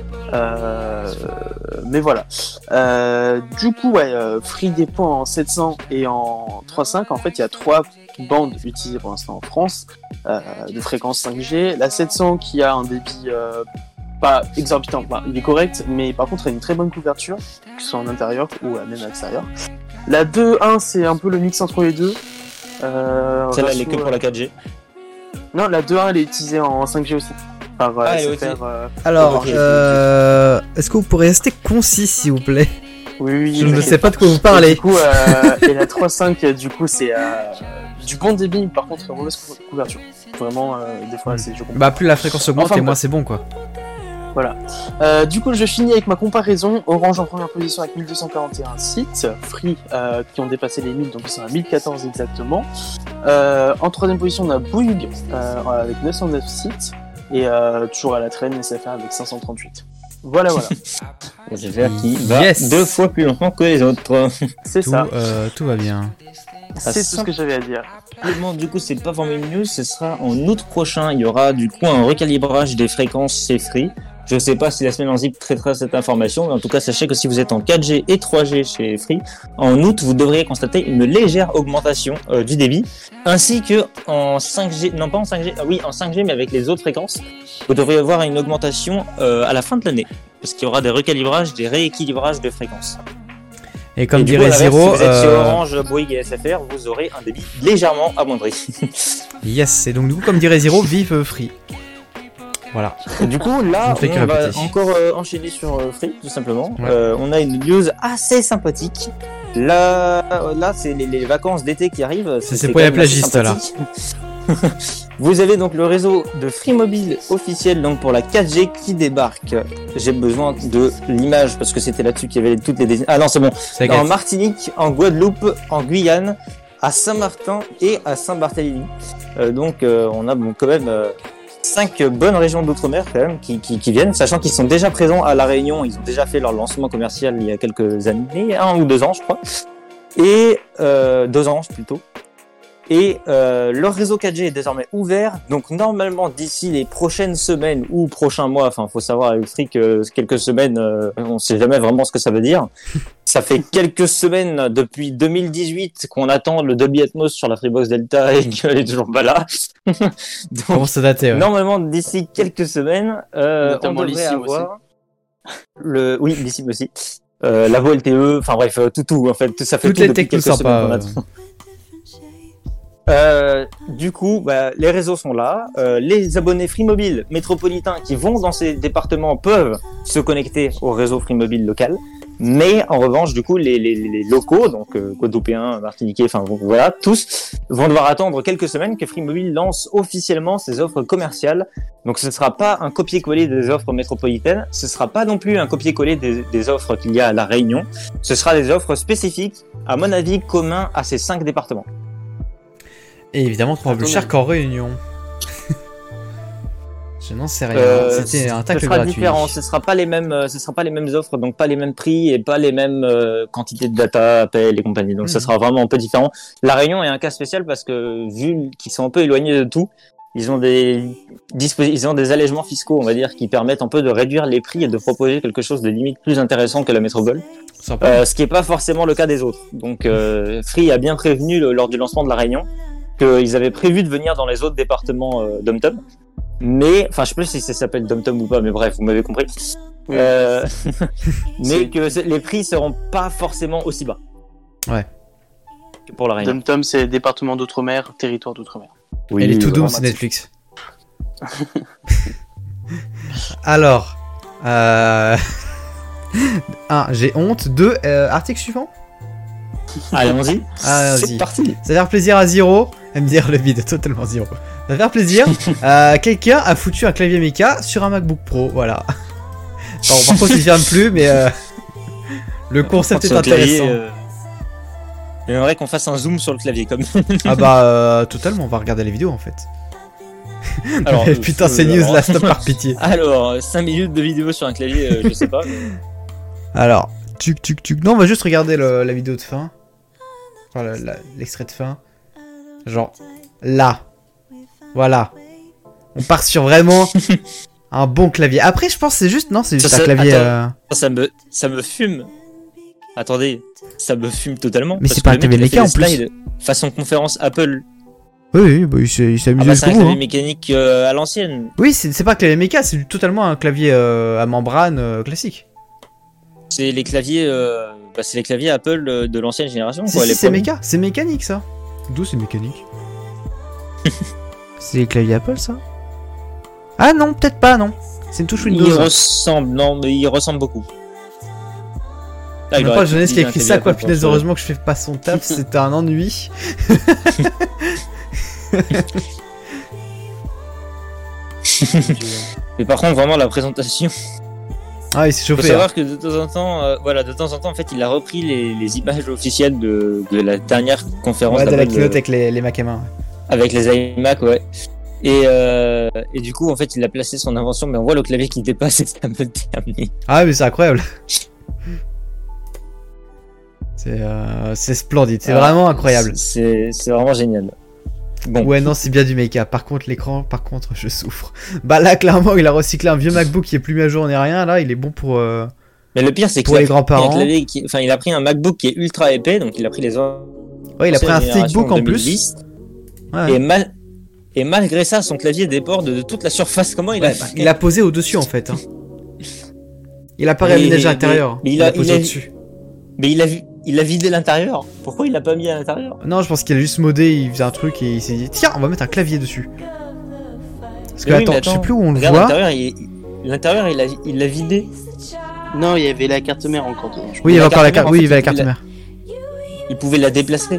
Mais voilà. Du coup, Free déploie en 700 et en 3.5. En fait, il y a 3 bandes utilisées pour l'instant en France de fréquence 5G. La 700 qui a un débit pas exorbitant, il est correct, mais par contre il a une très bonne couverture, que ce soit en intérieur ou même à l'extérieur. La 2.1 c'est un peu le mix entre les deux. Celle-là elle est que pour la 4G. Non, la 2.1 elle est utilisée en 5G aussi. Par SFR, alors, est-ce que vous pourrez rester concis s'il vous plaît? Oui, je ne sais pas de quoi vous parlez. Et du coup, et la 3.5 du coup c'est du bon débit, par contre mauvaise couverture. Vraiment, des fois je comprends. Bah plus la fréquence augmente et moins c'est bon quoi. Voilà. Du coup, je finis avec ma comparaison. Orange en première position avec 1241 sites. Free qui ont dépassé les 1000, donc ils sont à 1014 exactement. En troisième position, on a Bouygues avec 909 sites. Et toujours à la traîne, SFR avec 538. Voilà. SFR qui va 2 fois plus longtemps que les autres. C'est ça. Tout va bien. C'est tout ce que j'avais à dire. Du coup, c'est pas Formule News, ce sera en août prochain. Il y aura du coup un recalibrage des fréquences chez Free. Je sais pas si la semaine en zip traitera cette information, mais en tout cas, sachez que si vous êtes en 4G et 3G chez Free, en août, vous devriez constater une légère augmentation du débit, ainsi que en 5G, non pas en 5G, oui, en 5G, mais avec les autres fréquences, vous devriez avoir une augmentation à la fin de l'année, parce qu'il y aura des recalibrages, des rééquilibrages de fréquences. Et comme dirait Zero, si vous êtes chez Orange, Bouygues et SFR, vous aurez un débit légèrement amoindri. Yes, et donc du coup, comme dirait Zero, vive Free. Voilà. Et du coup, là, on va encore enchaîner sur Free, tout simplement. Ouais. On a une news assez sympathique. Là c'est les vacances d'été qui arrivent. C'est pour les plagistes, là. Vous avez donc le réseau de Free Mobile officiel donc pour la 4G qui débarque. J'ai besoin de l'image parce que c'était là-dessus qu'il y avait toutes les... Ah non, c'est bon. En Martinique, en Guadeloupe, en Guyane, à Saint-Martin et à Saint-Barthélemy. Donc on a quand même... 5 bonnes régions d'outre-mer quand même qui viennent, sachant qu'ils sont déjà présents à La Réunion, ils ont déjà fait leur lancement commercial il y a quelques années, 1 ou 2 ans je crois, et 2 ans plutôt. Et leur réseau 4G est désormais ouvert, donc normalement d'ici les prochaines semaines ou prochains mois, enfin faut savoir avec Free que quelques semaines, on sait jamais vraiment ce que ça veut dire. Ça fait quelques semaines depuis 2018 qu'on attend le Dolby Atmos sur la Freebox Delta et qu'elle est toujours pas là. Donc, comment ça dater, ouais. Normalement d'ici quelques semaines, on devrait avoir oui, l'ISIM aussi. La VO LTE, enfin bref, tout en fait, ça fait toutes tout les depuis technos quelques semaines qu'on sympas. attend. Du coup, les réseaux sont là. Les abonnés Free Mobile métropolitains qui vont dans ces départements peuvent se connecter au réseau Free Mobile local. Mais en revanche, du coup, les locaux, donc Guadeloupéens, Martiniquais, enfin voilà, tous vont devoir attendre quelques semaines que Free Mobile lance officiellement ses offres commerciales. Donc ce ne sera pas un copier-coller des offres métropolitaines, ce ne sera pas non plus un copier-coller des offres qu'il y a à La Réunion. Ce sera des offres spécifiques, à mon avis, communs à ces 5 départements. Et évidemment, trop plus cher qu'en Réunion. Je n'en sais rien. C'était un tacle gratuit. Différent. Ce sera pas les mêmes offres, donc pas les mêmes prix et pas les mêmes quantités de data, appels et compagnie. Donc ça sera vraiment un peu différent. La Réunion est un cas spécial parce que vu qu'ils sont un peu éloignés de tout, ils ont des allègements fiscaux, on va dire, qui permettent un peu de réduire les prix et de proposer quelque chose de limite plus intéressant que la métropole. Ce qui est pas forcément le cas des autres. Donc Free a bien prévenu lors du lancement de La Réunion qu'ils avaient prévu de venir dans les autres départements DomTom. Mais, enfin, je sais pas si ça s'appelle DomTom ou pas, mais bref, vous m'avez compris. Oui. Mais que les prix seront pas forcément aussi bas. Ouais. Que pour La Réunion. DomTom, c'est département d'outre-mer, territoire d'outre-mer. Oui, et les To-Doom, c'est Netflix. Alors, 1, j'ai honte. 2, article suivant. Allez, allons-y. C'est parti. Ça va faire plaisir à Zero. Elle me dire le vide, totalement Zero. Ça va faire plaisir. Quelqu'un a foutu un clavier Mecha sur un MacBook Pro, voilà. Bon, par contre, il ne vient plus, mais le concept est intéressant. J'aimerais qu'on fasse un zoom sur le clavier, comme. Totalement. On va regarder les vidéos en fait. Alors, putain, ces news là, stop par pitié. Alors, 5 minutes de vidéo sur un clavier, je sais pas. Mais... Alors, non, on va juste regarder la vidéo de fin. Enfin, l'extrait de fin. Genre, là. Voilà. On part sur vraiment un bon clavier. Après, je pense que c'est juste... Non, c'est juste un clavier... Ça me fume. Attendez, ça me fume totalement. Mais c'est pas un clavier méca en plus. Façon conférence Apple. Oui, bah, il s'est amusé c'est un clavier mécanique à l'ancienne. Oui, c'est pas un clavier méca, c'est totalement un clavier à membrane classique. C'est les claviers, c'est les claviers Apple de l'ancienne génération. C'est méca, c'est mécanique ça. D'où c'est mécanique? C'est les claviers Apple ça? Ah non, peut-être pas, non. C'est une touche Windows. Il ressemble, non, mais il ressemble beaucoup. Ah, il pas jeunesse qui a écrit ça, quoi. Punaise, heureusement que je fais pas son taf, c'était un ennui. Mais par contre, vraiment la présentation. Ah, il s'est chauffé. Faut savoir que de temps en temps, en fait, il a repris les images officielles de la dernière conférence. Ouais, de la keynote avec les Mac M1. Avec les iMac, ouais. Et du coup, en fait, il a placé son invention, mais on voit le clavier qui dépasse et ça me termine. Ah, mais c'est incroyable. C'est splendide, c'est vraiment incroyable. C'est vraiment génial. Bon. Ouais, non, c'est bien du méca. Par contre, l'écran, je souffre. Bah là, clairement, il a recyclé un vieux MacBook qui est plus mis à jour ni rien. Là, il est bon pour. Mais le pire, c'est pour les grands-parents. Il a pris un MacBook qui est ultra épais, donc il a pris les. Ouais, il a pris un thickbook en plus. Ouais. Et malgré ça, son clavier déborde de toute la surface. Comment il a fait? Il a posé au-dessus en fait. Hein. Il a pas réaménagé l'intérieur. Mais il a posé au-dessus. Mais il a vidé l'intérieur. Pourquoi il l'a pas mis à l'intérieur? Non, je pense qu'il a juste modé, il faisait un truc et il s'est dit tiens, on va mettre un clavier dessus. Parce que attends, je sais plus où on le voit. L'intérieur, il l'a vidé. Non, il y avait la carte mère encore dedans. Oui, il y avait encore la carte. Oui, il y avait la carte mère. Il pouvait la déplacer.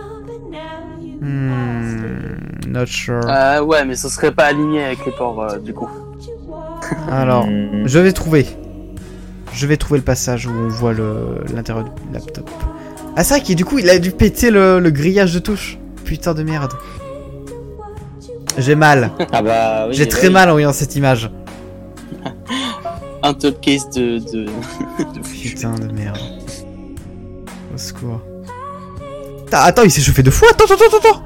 Not sure. Ouais, mais ça serait pas aligné avec les ports du coup. Alors, je vais trouver le passage où on voit l'intérieur du laptop. Ah, c'est vrai qu'il du coup il a dû péter le grillage de touches. Putain de merde. J'ai mal. Ah bah oui. J'ai très mal en voyant cette image. Un top case de Putain de merde. Au secours. Attends, il s'est chauffé de fou. Attends.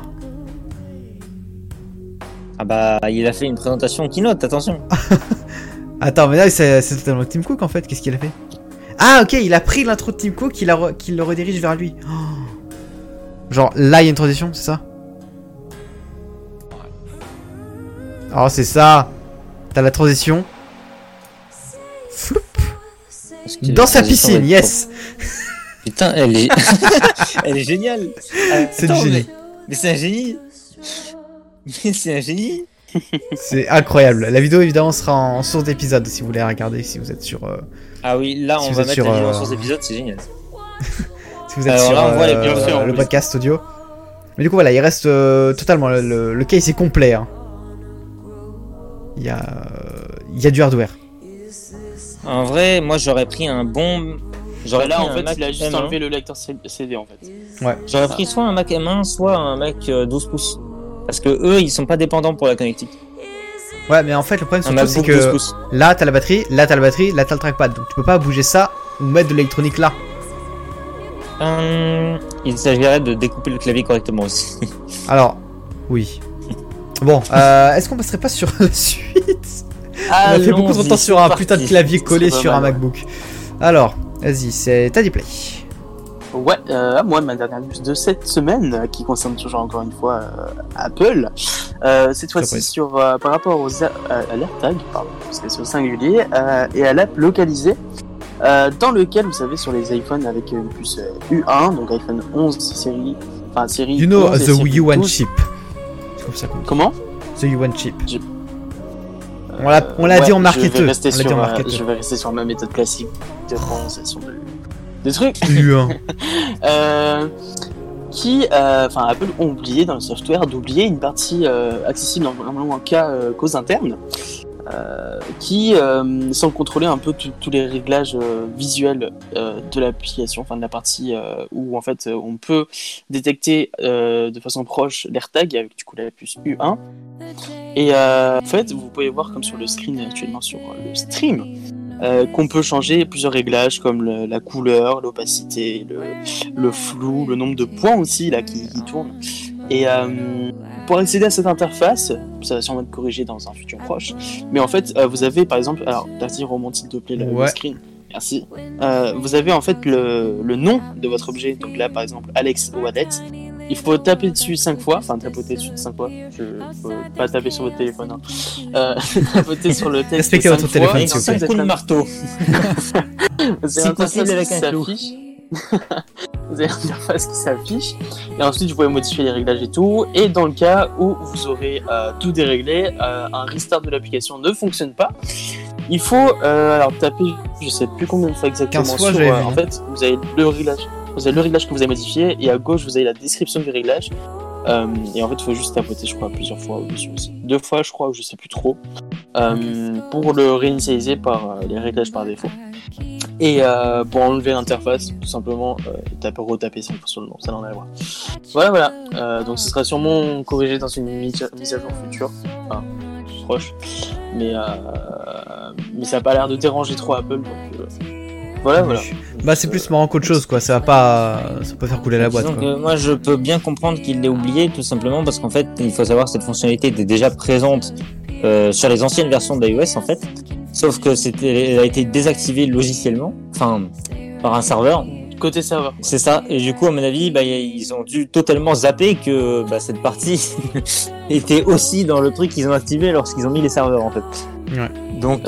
Ah bah il a fait une présentation keynote, attention. Attends, mais là c'est totalement Tim Cook en fait. Qu'est-ce qu'il a fait? Ah ok, il a pris l'intro de Tim Cook, qu'il le redirige vers lui. Oh. Genre là il y a une transition, c'est ça? Oh c'est ça. T'as la transition. Floup. Dans sa piscine, yes. Putain, elle est géniale. C'est du génie. Mais c'est un génie. Mais c'est un génie. C'est incroyable. La vidéo évidemment sera en source d'épisode si vous voulez la regarder, si vous êtes sur. Ah oui, là si on va mettre la vidéo en source d'épisode, c'est génial. Si vous êtes Alors sur là, on voit les bienfaits, le podcast audio. Mais du coup voilà, il reste totalement le case est complet. Hein. Il y a du hardware. En vrai, moi j'aurais pris un bon. Là en fait, il a juste enlevé le lecteur CD en fait. Ouais. J'aurais pris soit un Mac M1, soit un Mac 12 pouces. Parce que eux, ils sont pas dépendants pour la connectique. Ouais, mais en fait, le problème surtout, c'est MacBook 12 que pouces. là, t'as la batterie, là, t'as le trackpad. Donc, tu peux pas bouger ça ou mettre de l'électronique là. Il s'agirait de découper le clavier correctement aussi. Alors, oui. Bon, est-ce qu'on passerait pas sur la suite? On a fait beaucoup trop de temps sur un putain de clavier collé sur un MacBook. Alors, vas-y, t'as dit play. Ouais, moi, ma dernière news de cette semaine, qui concerne toujours encore une fois Apple, cette fois-ci par rapport à l'AirTag, parce que c'est au singulier, et à l'app localisée, dans lequel, vous savez, sur les iPhones avec une puce U1, donc iPhone 11 série You know 11 the U1 chip. C'est comme ça qu'on dit. Comment? The U1 chip. On l'a dit en marketeur. Je vais rester sur ma méthode classique de prononciation de trucs. U1. Apple ont oublié dans le software d'oublier une partie accessible normalement en cas cause interne, qui semble contrôler un peu tous les réglages visuels de l'application, enfin de la partie où en fait on peut détecter de façon proche l'AirTag avec du coup la puce U1. Et en fait, vous pouvez voir comme sur le screen actuellement sur le stream, qu'on peut changer plusieurs réglages comme la couleur, l'opacité, le flou, le nombre de points aussi là qui tournent. Et pour accéder à cette interface, ça va sûrement être corrigé dans un futur proche, mais en fait vous avez par exemple, alors vas-y remonte s'il te plaît le screen, merci. Vous avez en fait le nom de votre objet, donc là par exemple Alex Wallet. Il faut taper dessus 5 fois, enfin tapoter dessus 5 fois, je peux pas taper sur votre téléphone, hein. Tapoter sur le texte. Respectez votre téléphone, s'il vous plaît. 5 coups de marteau. C'est possible avec un clou. Vous avez l'interface qui s'affiche, et ensuite vous pouvez modifier les réglages et tout, et dans le cas où vous aurez tout déréglé, un restart de l'application ne fonctionne pas, il faut alors taper, je sais plus combien de fois exactement, 15 fois, en fait vous avez le réglage. Vous avez le réglage que vous avez modifié, et à gauche vous avez la description du réglage, et en fait il faut juste tapoter je crois plusieurs fois au-dessus aussi. 2 fois je crois, ou je sais plus trop, pour le réinitialiser par les réglages par défaut. Et pour enlever l'interface, tout simplement retaper sur le nom, ça n'en a à voir. Voilà. Donc ce sera sûrement corrigé dans une mise à jour future, enfin proche, mais ça n'a pas l'air de déranger trop Apple, donc voilà. Bah c'est plus marrant qu'autre chose quoi, ça peut faire couler la boîte. Donc moi je peux bien comprendre qu'il l'ait oublié tout simplement parce qu'en fait il faut savoir que cette fonctionnalité était déjà présente sur les anciennes versions d'iOS en fait, sauf que elle a été désactivée logiciellement, enfin par un serveur. Côté serveur. C'est ça, et du coup à mon avis ils ont dû totalement zapper que cette partie était aussi dans le truc qu'ils ont activé lorsqu'ils ont mis les serveurs en fait. Ouais. Donc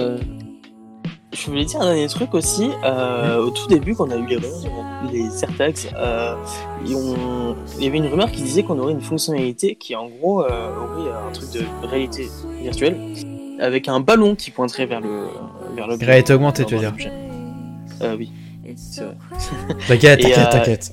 je voulais dire un dernier truc aussi, au tout début quand on a eu les AirTags, il y avait une rumeur qui disait qu'on aurait une fonctionnalité qui en gros aurait un truc de réalité virtuelle avec un ballon qui pointerait vers l'objet. Réalité augmentée tu veux dire. Oui, c'est vrai. T'inquiète.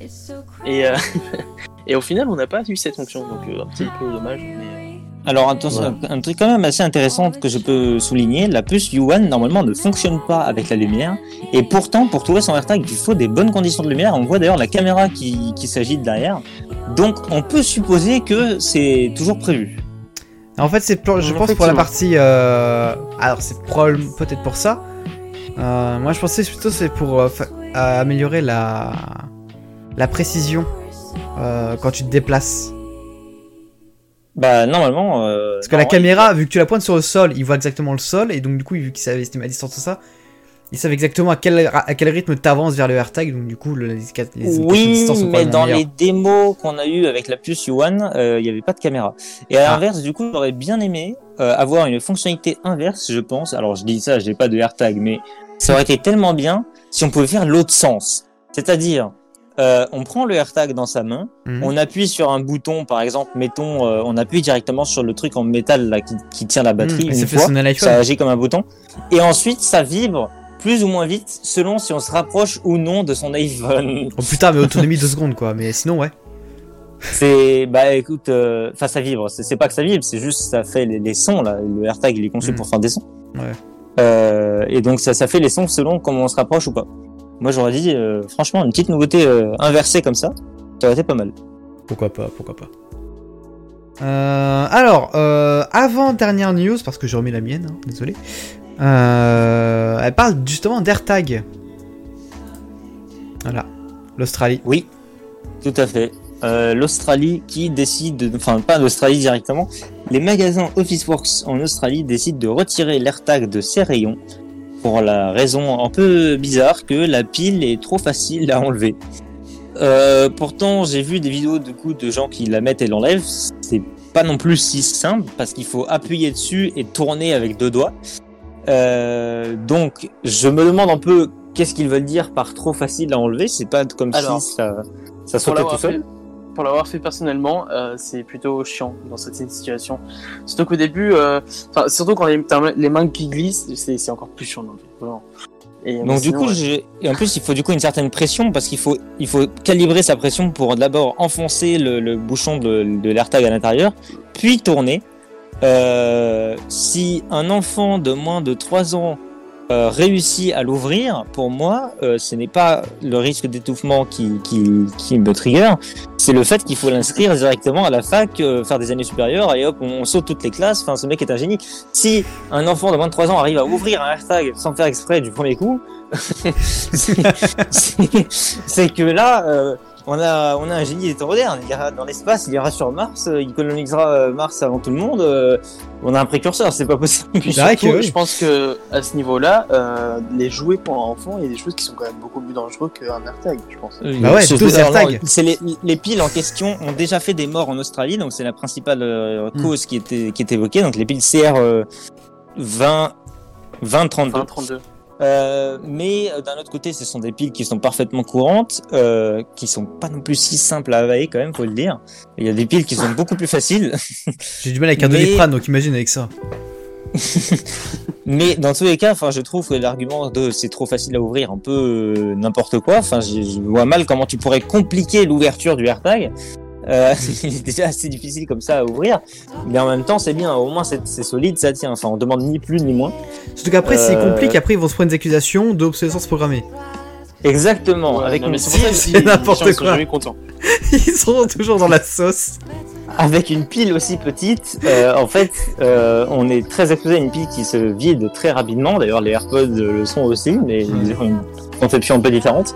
Et au final on n'a pas eu cette fonction, donc un petit peu dommage, mais... Alors attention, un truc quand même assez intéressant que je peux souligner, la puce U1 normalement ne fonctionne pas avec la lumière, et pourtant pour tourner son AirTag il faut des bonnes conditions de lumière. On voit d'ailleurs la caméra qui s'agite derrière, donc on peut supposer que c'est toujours prévu. En fait je pense pour la partie alors c'est probablement peut-être pour ça. Moi je pensais plutôt c'est pour améliorer la précision quand tu te déplaces. Bah normalement parce que la caméra, vu que tu la pointes sur le sol, il voit exactement le sol, et donc du coup vu qu'il savait estimer à distance tout ça, il savait exactement à quel rythme t'avances vers le AirTag, donc du coup les distances sont mais dans les démos qu'on a eu avec la puce U1, il y avait pas de caméra. Et à l'inverse, du coup j'aurais bien aimé avoir une fonctionnalité inverse, je pense. Alors je dis ça, j'ai pas de AirTag, mais ça aurait été tellement bien si on pouvait faire l'autre sens. C'est-à-dire on prend le AirTag dans sa main, on appuie sur un bouton, par exemple, mettons, on appuie directement sur le truc en métal là, qui tient la batterie une fois, ça agit comme un bouton, et ensuite ça vibre plus ou moins vite selon si on se rapproche ou non de son iPhone. Oh putain, mais autonomie 2 secondes quoi, mais sinon ouais. C'est, bah écoute, ça vibre, c'est pas que ça vibre, c'est juste ça fait les sons là, le AirTag il est conçu pour faire des sons. Ouais. Et donc ça fait les sons selon comment on se rapproche ou pas. Moi j'aurais dit, franchement, une petite nouveauté inversée comme ça aurait été pas mal. Pourquoi pas. Alors, avant dernière news, parce que j'ai remis la mienne, hein, désolé. Elle parle justement d'AirTag. Voilà, l'Australie. Oui, tout à fait. L'Australie qui décide, enfin pas l'Australie directement, les magasins Officeworks en Australie décident de retirer l'AirTag de ses rayons pour la raison un peu bizarre que la pile est trop facile à enlever. Pourtant j'ai vu des vidéos de gens qui la mettent et l'enlèvent, c'est pas non plus si simple parce qu'il faut appuyer dessus et tourner avec 2 doigts. Donc je me demande un peu qu'est-ce qu'ils veulent dire par trop facile à enlever, c'est pas comme si ça sautait tout seul. Pour l'avoir fait personnellement, c'est plutôt chiant dans cette situation. Surtout qu'au début, surtout quand les mains qui glissent, c'est encore plus chiant. Et donc du coup, et en plus il faut du coup une certaine pression parce qu'il faut calibrer sa pression pour d'abord enfoncer le bouchon de l'AirTag à l'intérieur, puis tourner. Si un enfant de moins de 3 ans réussit à l'ouvrir, pour moi, ce n'est pas le risque d'étouffement qui me trigger, c'est le fait qu'il faut l'inscrire directement à la fac, faire des années supérieures, et hop, on saute toutes les classes. Enfin, ce mec est un génie. Si un enfant de moins de 3 ans arrive à ouvrir un AirTag sans faire exprès du premier coup, c'est que là, on a un génie des temps modernes. Il ira dans l'espace, il ira sur Mars, il colonisera Mars avant tout le monde. On a un précurseur, c'est pas possible. Puis surtout, je pense que à ce niveau-là, les jouets pour un enfant, il y a des choses qui sont quand même beaucoup plus dangereuses qu'un AirTag, je pense. Bah ouais, 2 AirTags. C'est les piles en question ont déjà fait des morts en Australie, donc c'est la principale cause qui est évoquée. Donc les piles CR 2032. Mais d'un autre côté, ce sont des piles qui sont parfaitement courantes, qui sont pas non plus si simples à avaler quand même, faut le dire. Il y a des piles qui sont beaucoup plus faciles. J'ai du mal avec un Doliprane, donc imagine avec ça. Mais dans tous les cas, enfin, je trouve que l'argument de c'est trop facile à ouvrir, un peu n'importe quoi. Enfin, je vois mal comment tu pourrais compliquer l'ouverture du AirTag. Il est déjà assez difficile comme ça à ouvrir, mais en même temps c'est bien, au moins c'est solide, ça tient, enfin on demande ni plus ni moins. Surtout qu'après c'est compliqué, après ils vont se prendre des accusations d'obsolescence programmée. Exactement, ouais, avec non, une c'est n'importe quoi. Ils seront toujours dans la sauce. Avec une pile aussi petite, en fait on est très exposé à une pile qui se vide très rapidement, d'ailleurs les AirPods le sont aussi, mais ils ont une conception un peu différente.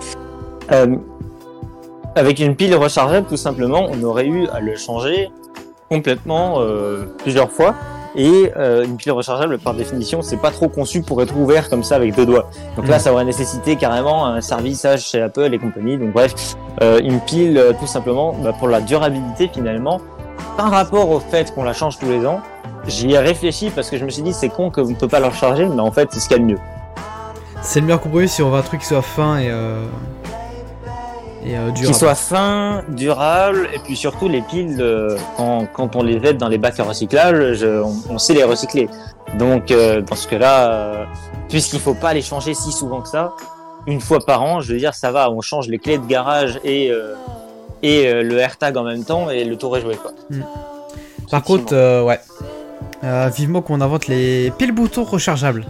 Avec une pile rechargeable, tout simplement, on aurait eu à le changer complètement plusieurs fois. Et une pile rechargeable, par définition, c'est pas trop conçu pour être ouvert comme ça avec 2 doigts. Donc là, ça aurait nécessité carrément un serviçage chez Apple et compagnie. Donc bref, une pile, tout simplement, pour la durabilité finalement, par rapport au fait qu'on la change tous les ans, j'y ai réfléchi parce que je me suis dit c'est con qu'on ne peut pas la recharger, mais en fait, c'est ce qu'il y a de mieux. C'est le meilleur compromis si on veut un truc qui soit fin et durable. Qui soit fin, durable, et puis surtout les piles, quand on les jette dans les bacs à recyclage, on sait les recycler. Donc dans ce cas-là, puisqu'il faut pas les changer si souvent que ça, une fois par an, je veux dire ça va, on change les clés de garage et le AirTag en même temps et le tour est joué quoi. Par contre, ouais, vivement qu'on invente les piles boutons rechargeables.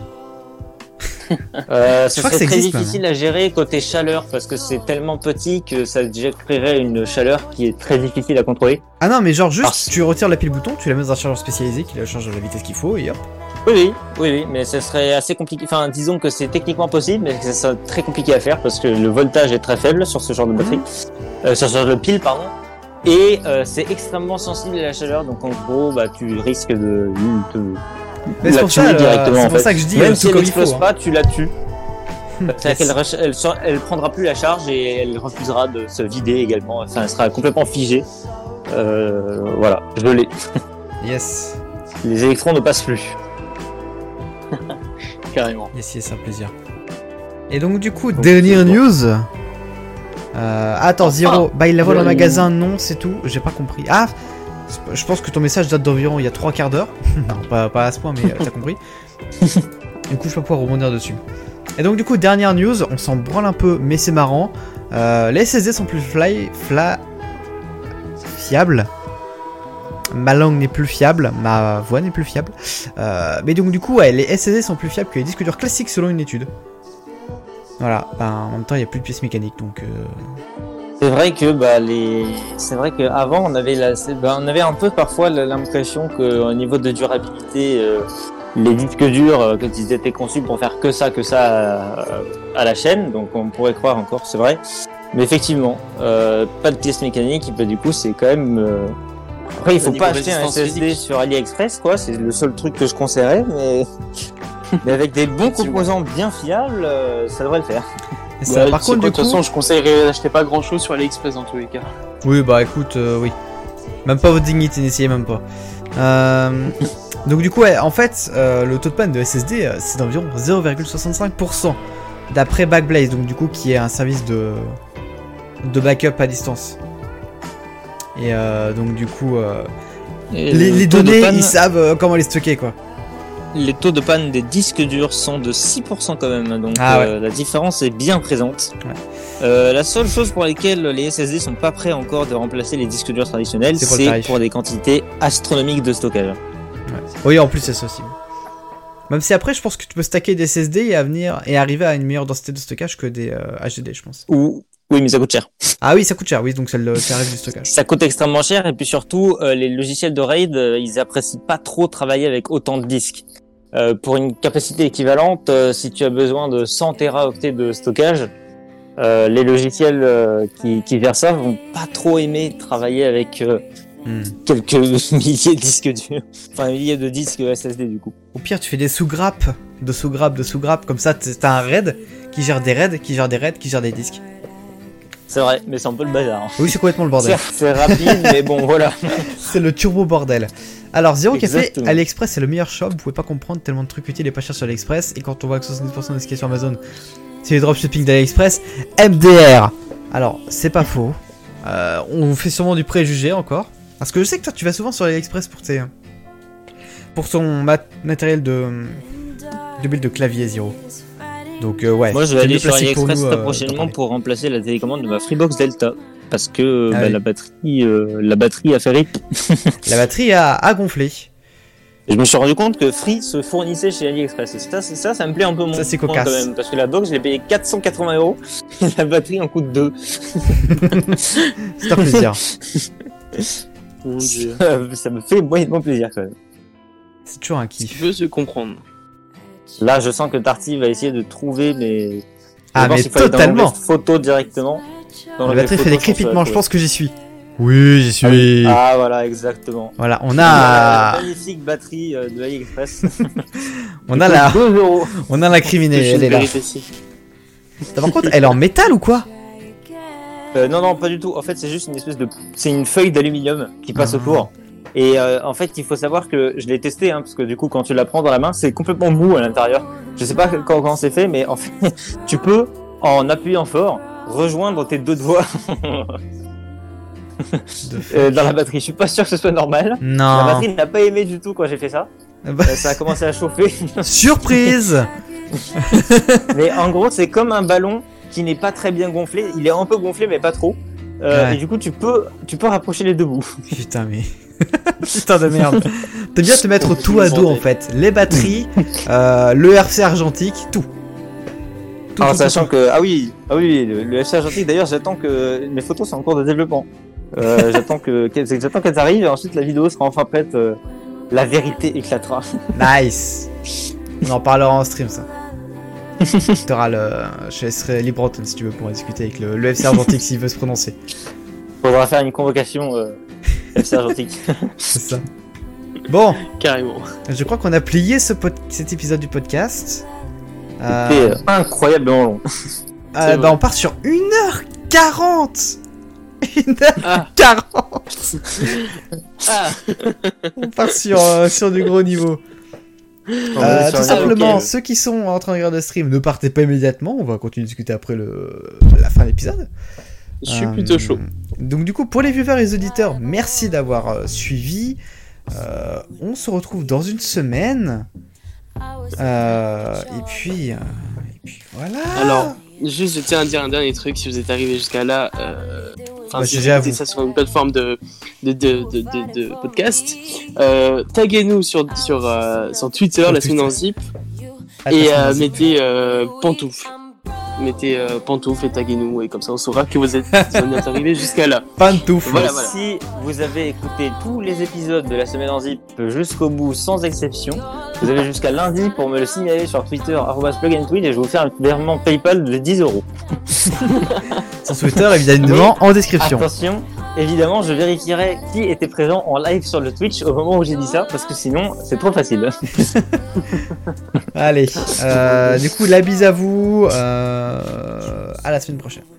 Ce serait très difficile à gérer côté chaleur parce que c'est tellement petit que ça créerait une chaleur qui est très difficile à contrôler. Ah non mais genre juste tu retires la pile bouton, tu la mets dans un chargeur spécialisé qui la charge à la vitesse qu'il faut et hop. Oui, mais ça serait assez compliqué. Enfin, disons que c'est techniquement possible, mais que ça serait très compliqué à faire parce que le voltage est très faible sur ce genre de batterie, sur ce genre de pile, pardon. Et c'est extrêmement sensible à la chaleur, donc en gros, tu risques de mais c'est pour ça, directement. C'est pour ça que je dis, même si elle n'explose pas, tu la tues. C'est-à-dire qu'elle prendra plus la charge et elle refusera de se vider également. Enfin, elle sera complètement figée. Voilà, je l'ai. Yes. Les électrons ne passent plus. Carrément. Yes, c'est un plaisir. Et donc du coup, dernière news. Attends, Zero, bah il la voit dans le magasin, non, c'est tout. J'ai pas compris. Ah, je pense que ton message date d'environ il y a 3/4 d'heure. Non, pas à ce point, mais t'as compris. Du coup, je vais pas pouvoir rebondir dessus. Et donc, du coup, dernière news, on s'en branle un peu, mais c'est marrant. Les SSD sont plus fiables. Ma langue n'est plus fiable, ma voix n'est plus fiable. Mais donc, du coup, ouais, les SSD sont plus fiables que les disques durs classiques selon une étude. Voilà, en même temps, il n'y a plus de pièces mécaniques, donc. C'est vrai que c'est vrai qu'avant on avait on avait un peu parfois l'impression que au niveau de durabilité, les disques durs, quand ils étaient conçus pour faire que ça à la chaîne, donc on pourrait croire encore, c'est vrai. Mais effectivement, pas de pièces mécaniques, bah, du coup c'est quand même. Après, il faut pas acheter un SSD sur AliExpress, quoi. C'est le seul truc que je conseillerais, mais avec des bons composants bien fiables, ça devrait le faire. Ça, par contre, de toute façon, je conseillerais d'acheter pas grand chose sur AliExpress dans tous les cas. Oui, bah écoute, oui. Même pas votre dignité, n'essayez même pas. Donc, du coup, ouais, en fait, le taux de panne de SSD, c'est d'environ 0,65%. D'après Backblaze, donc du coup, qui est un service de backup à distance. Et donc, du coup, les données, ils savent comment les stocker, quoi. Les taux de panne des disques durs sont de 6% quand même, donc la différence est bien présente. Ouais. La seule chose pour laquelle les SSD sont pas prêts encore de remplacer les disques durs traditionnels, c'est pour des quantités astronomiques de stockage. Ouais. Oui, en plus c'est ça aussi. Même si après, je pense que tu peux stacker des SSD et arriver à une meilleure densité de stockage que des HDD, je pense. Oui, mais ça coûte cher. Ah oui, ça coûte cher, oui, donc ça arrive du stockage. Ça coûte extrêmement cher, et puis surtout, les logiciels de RAID, ils apprécient pas trop travailler avec autant de disques. Pour une capacité équivalente, si tu as besoin de 100 téraoctets de stockage, les logiciels qui gèrent ça vont pas trop aimer travailler avec quelques milliers de disques durs, enfin milliers de disques SSD du coup. Au pire, tu fais des sous-grappes, de sous-grappes, comme ça t'as un RAID qui gère des RAID, qui gère des RAID, qui gère des disques. C'est vrai, mais c'est un peu le bazar. Hein. Oui, c'est complètement le bordel. C'est rapide, mais bon, voilà. C'est le turbo bordel. Alors, Zero qui a fait AliExpress, c'est le meilleur shop. Vous pouvez pas comprendre tellement de trucs utiles et pas chers sur AliExpress. Et quand on voit que 70% de ce qui est sur Amazon, c'est les dropshipping d'AliExpress. MDR. Alors, c'est pas faux. On fait sûrement du préjugé encore. Parce que je sais que toi, tu vas souvent sur AliExpress pour ton matériel de build de clavier, Zero. Donc ouais. Moi je vais aller sur AliExpress très prochainement pour remplacer la télécommande de ma Freebox Delta parce que la batterie a fait rip. La batterie a gonflé. Et je me suis rendu compte que Free se fournissait chez AliExpress. Et ça me plaît un peu moins. Ça c'est cocasse. Quand même, parce que la box je l'ai payé 480 € et la batterie en coûte 2. C'est un plaisir. Mon Dieu. Ça me fait moyennement plaisir quand même. C'est toujours un kiff. Tu veux se comprendre. Là, je sens que Tarty va essayer de trouver mes. Mais totalement. Photos directement. La batterie fait des crépitements. Je pense que j'y suis. Oui, j'y suis. Ah voilà, exactement. Voilà, on a la magnifique batterie de AliExpress. On a la criminelle. Elle est là. Par contre, elle est en métal ou quoi? Non, pas du tout. En fait, c'est juste c'est une feuille d'aluminium qui passe autour. Et en fait, il faut savoir que je l'ai testé, hein, parce que du coup, quand tu la prends dans la main, c'est complètement mou à l'intérieur. Je sais pas comment c'est fait, mais en fait, tu peux, en appuyant fort, rejoindre tes deux doigts dans la batterie. Je suis pas sûr que ce soit normal. Non. La batterie n'a pas aimé du tout quand j'ai fait ça. Ça a commencé à chauffer. Surprise. Mais en gros, c'est comme un ballon qui n'est pas très bien gonflé. Il est un peu gonflé, mais pas trop. Et du coup, tu peux rapprocher les deux bouts. Putain, mais... Putain de merde. T'aimes bien te mettre tout à dos en fait. Les batteries, le RC argentique, tout. Alors sachant que... Ah oui, le RC argentique, d'ailleurs, j'attends que... Mes photos sont en cours de développement. J'attends qu'elles arrivent et ensuite la vidéo sera enfin prête. La vérité éclatera. Nice. On en parlera en stream ça. Je laisserai Libroton si tu veux pour discuter avec le FC argentique s'il veut se prononcer. Faudra faire une convocation FC argentique. C'est ça. Bon. Carrément. Je crois qu'on a plié cet épisode du podcast. C'était incroyablement long. On part sur 1h40. 1h40. On part sur du gros niveau. Tout simplement, ceux qui sont en train de regarder le stream, ne partez pas immédiatement. On va continuer de discuter après la fin de l'épisode. Je suis plutôt chaud. Donc du coup, pour les viewers et les auditeurs, merci d'avoir suivi. On se retrouve dans une semaine. Et puis voilà. Alors, juste je tiens à dire un dernier truc. Si vous êtes arrivé jusqu'à là, si vous écoutez ça sur une plateforme de podcast, taguez-nous sur Twitter, la semaine en zip, et mettez pantoufle. Mettez pantoufle et taguez-nous, et comme ça on saura que vous êtes arrivés jusqu'à là. Pantoufle. Voilà. Si vous avez écouté tous les épisodes de la semaine en zip jusqu'au bout sans exception, vous avez jusqu'à lundi pour me le signaler sur Twitter @plugandtweet, et je vais vous faire un virement PayPal de 10€. Sur Twitter, évidemment, en description. Attention, évidemment, je vérifierai qui était présent en live sur le Twitch au moment où j'ai dit ça, parce que sinon, c'est trop facile. Allez, du coup, la bise à vous. À la semaine prochaine.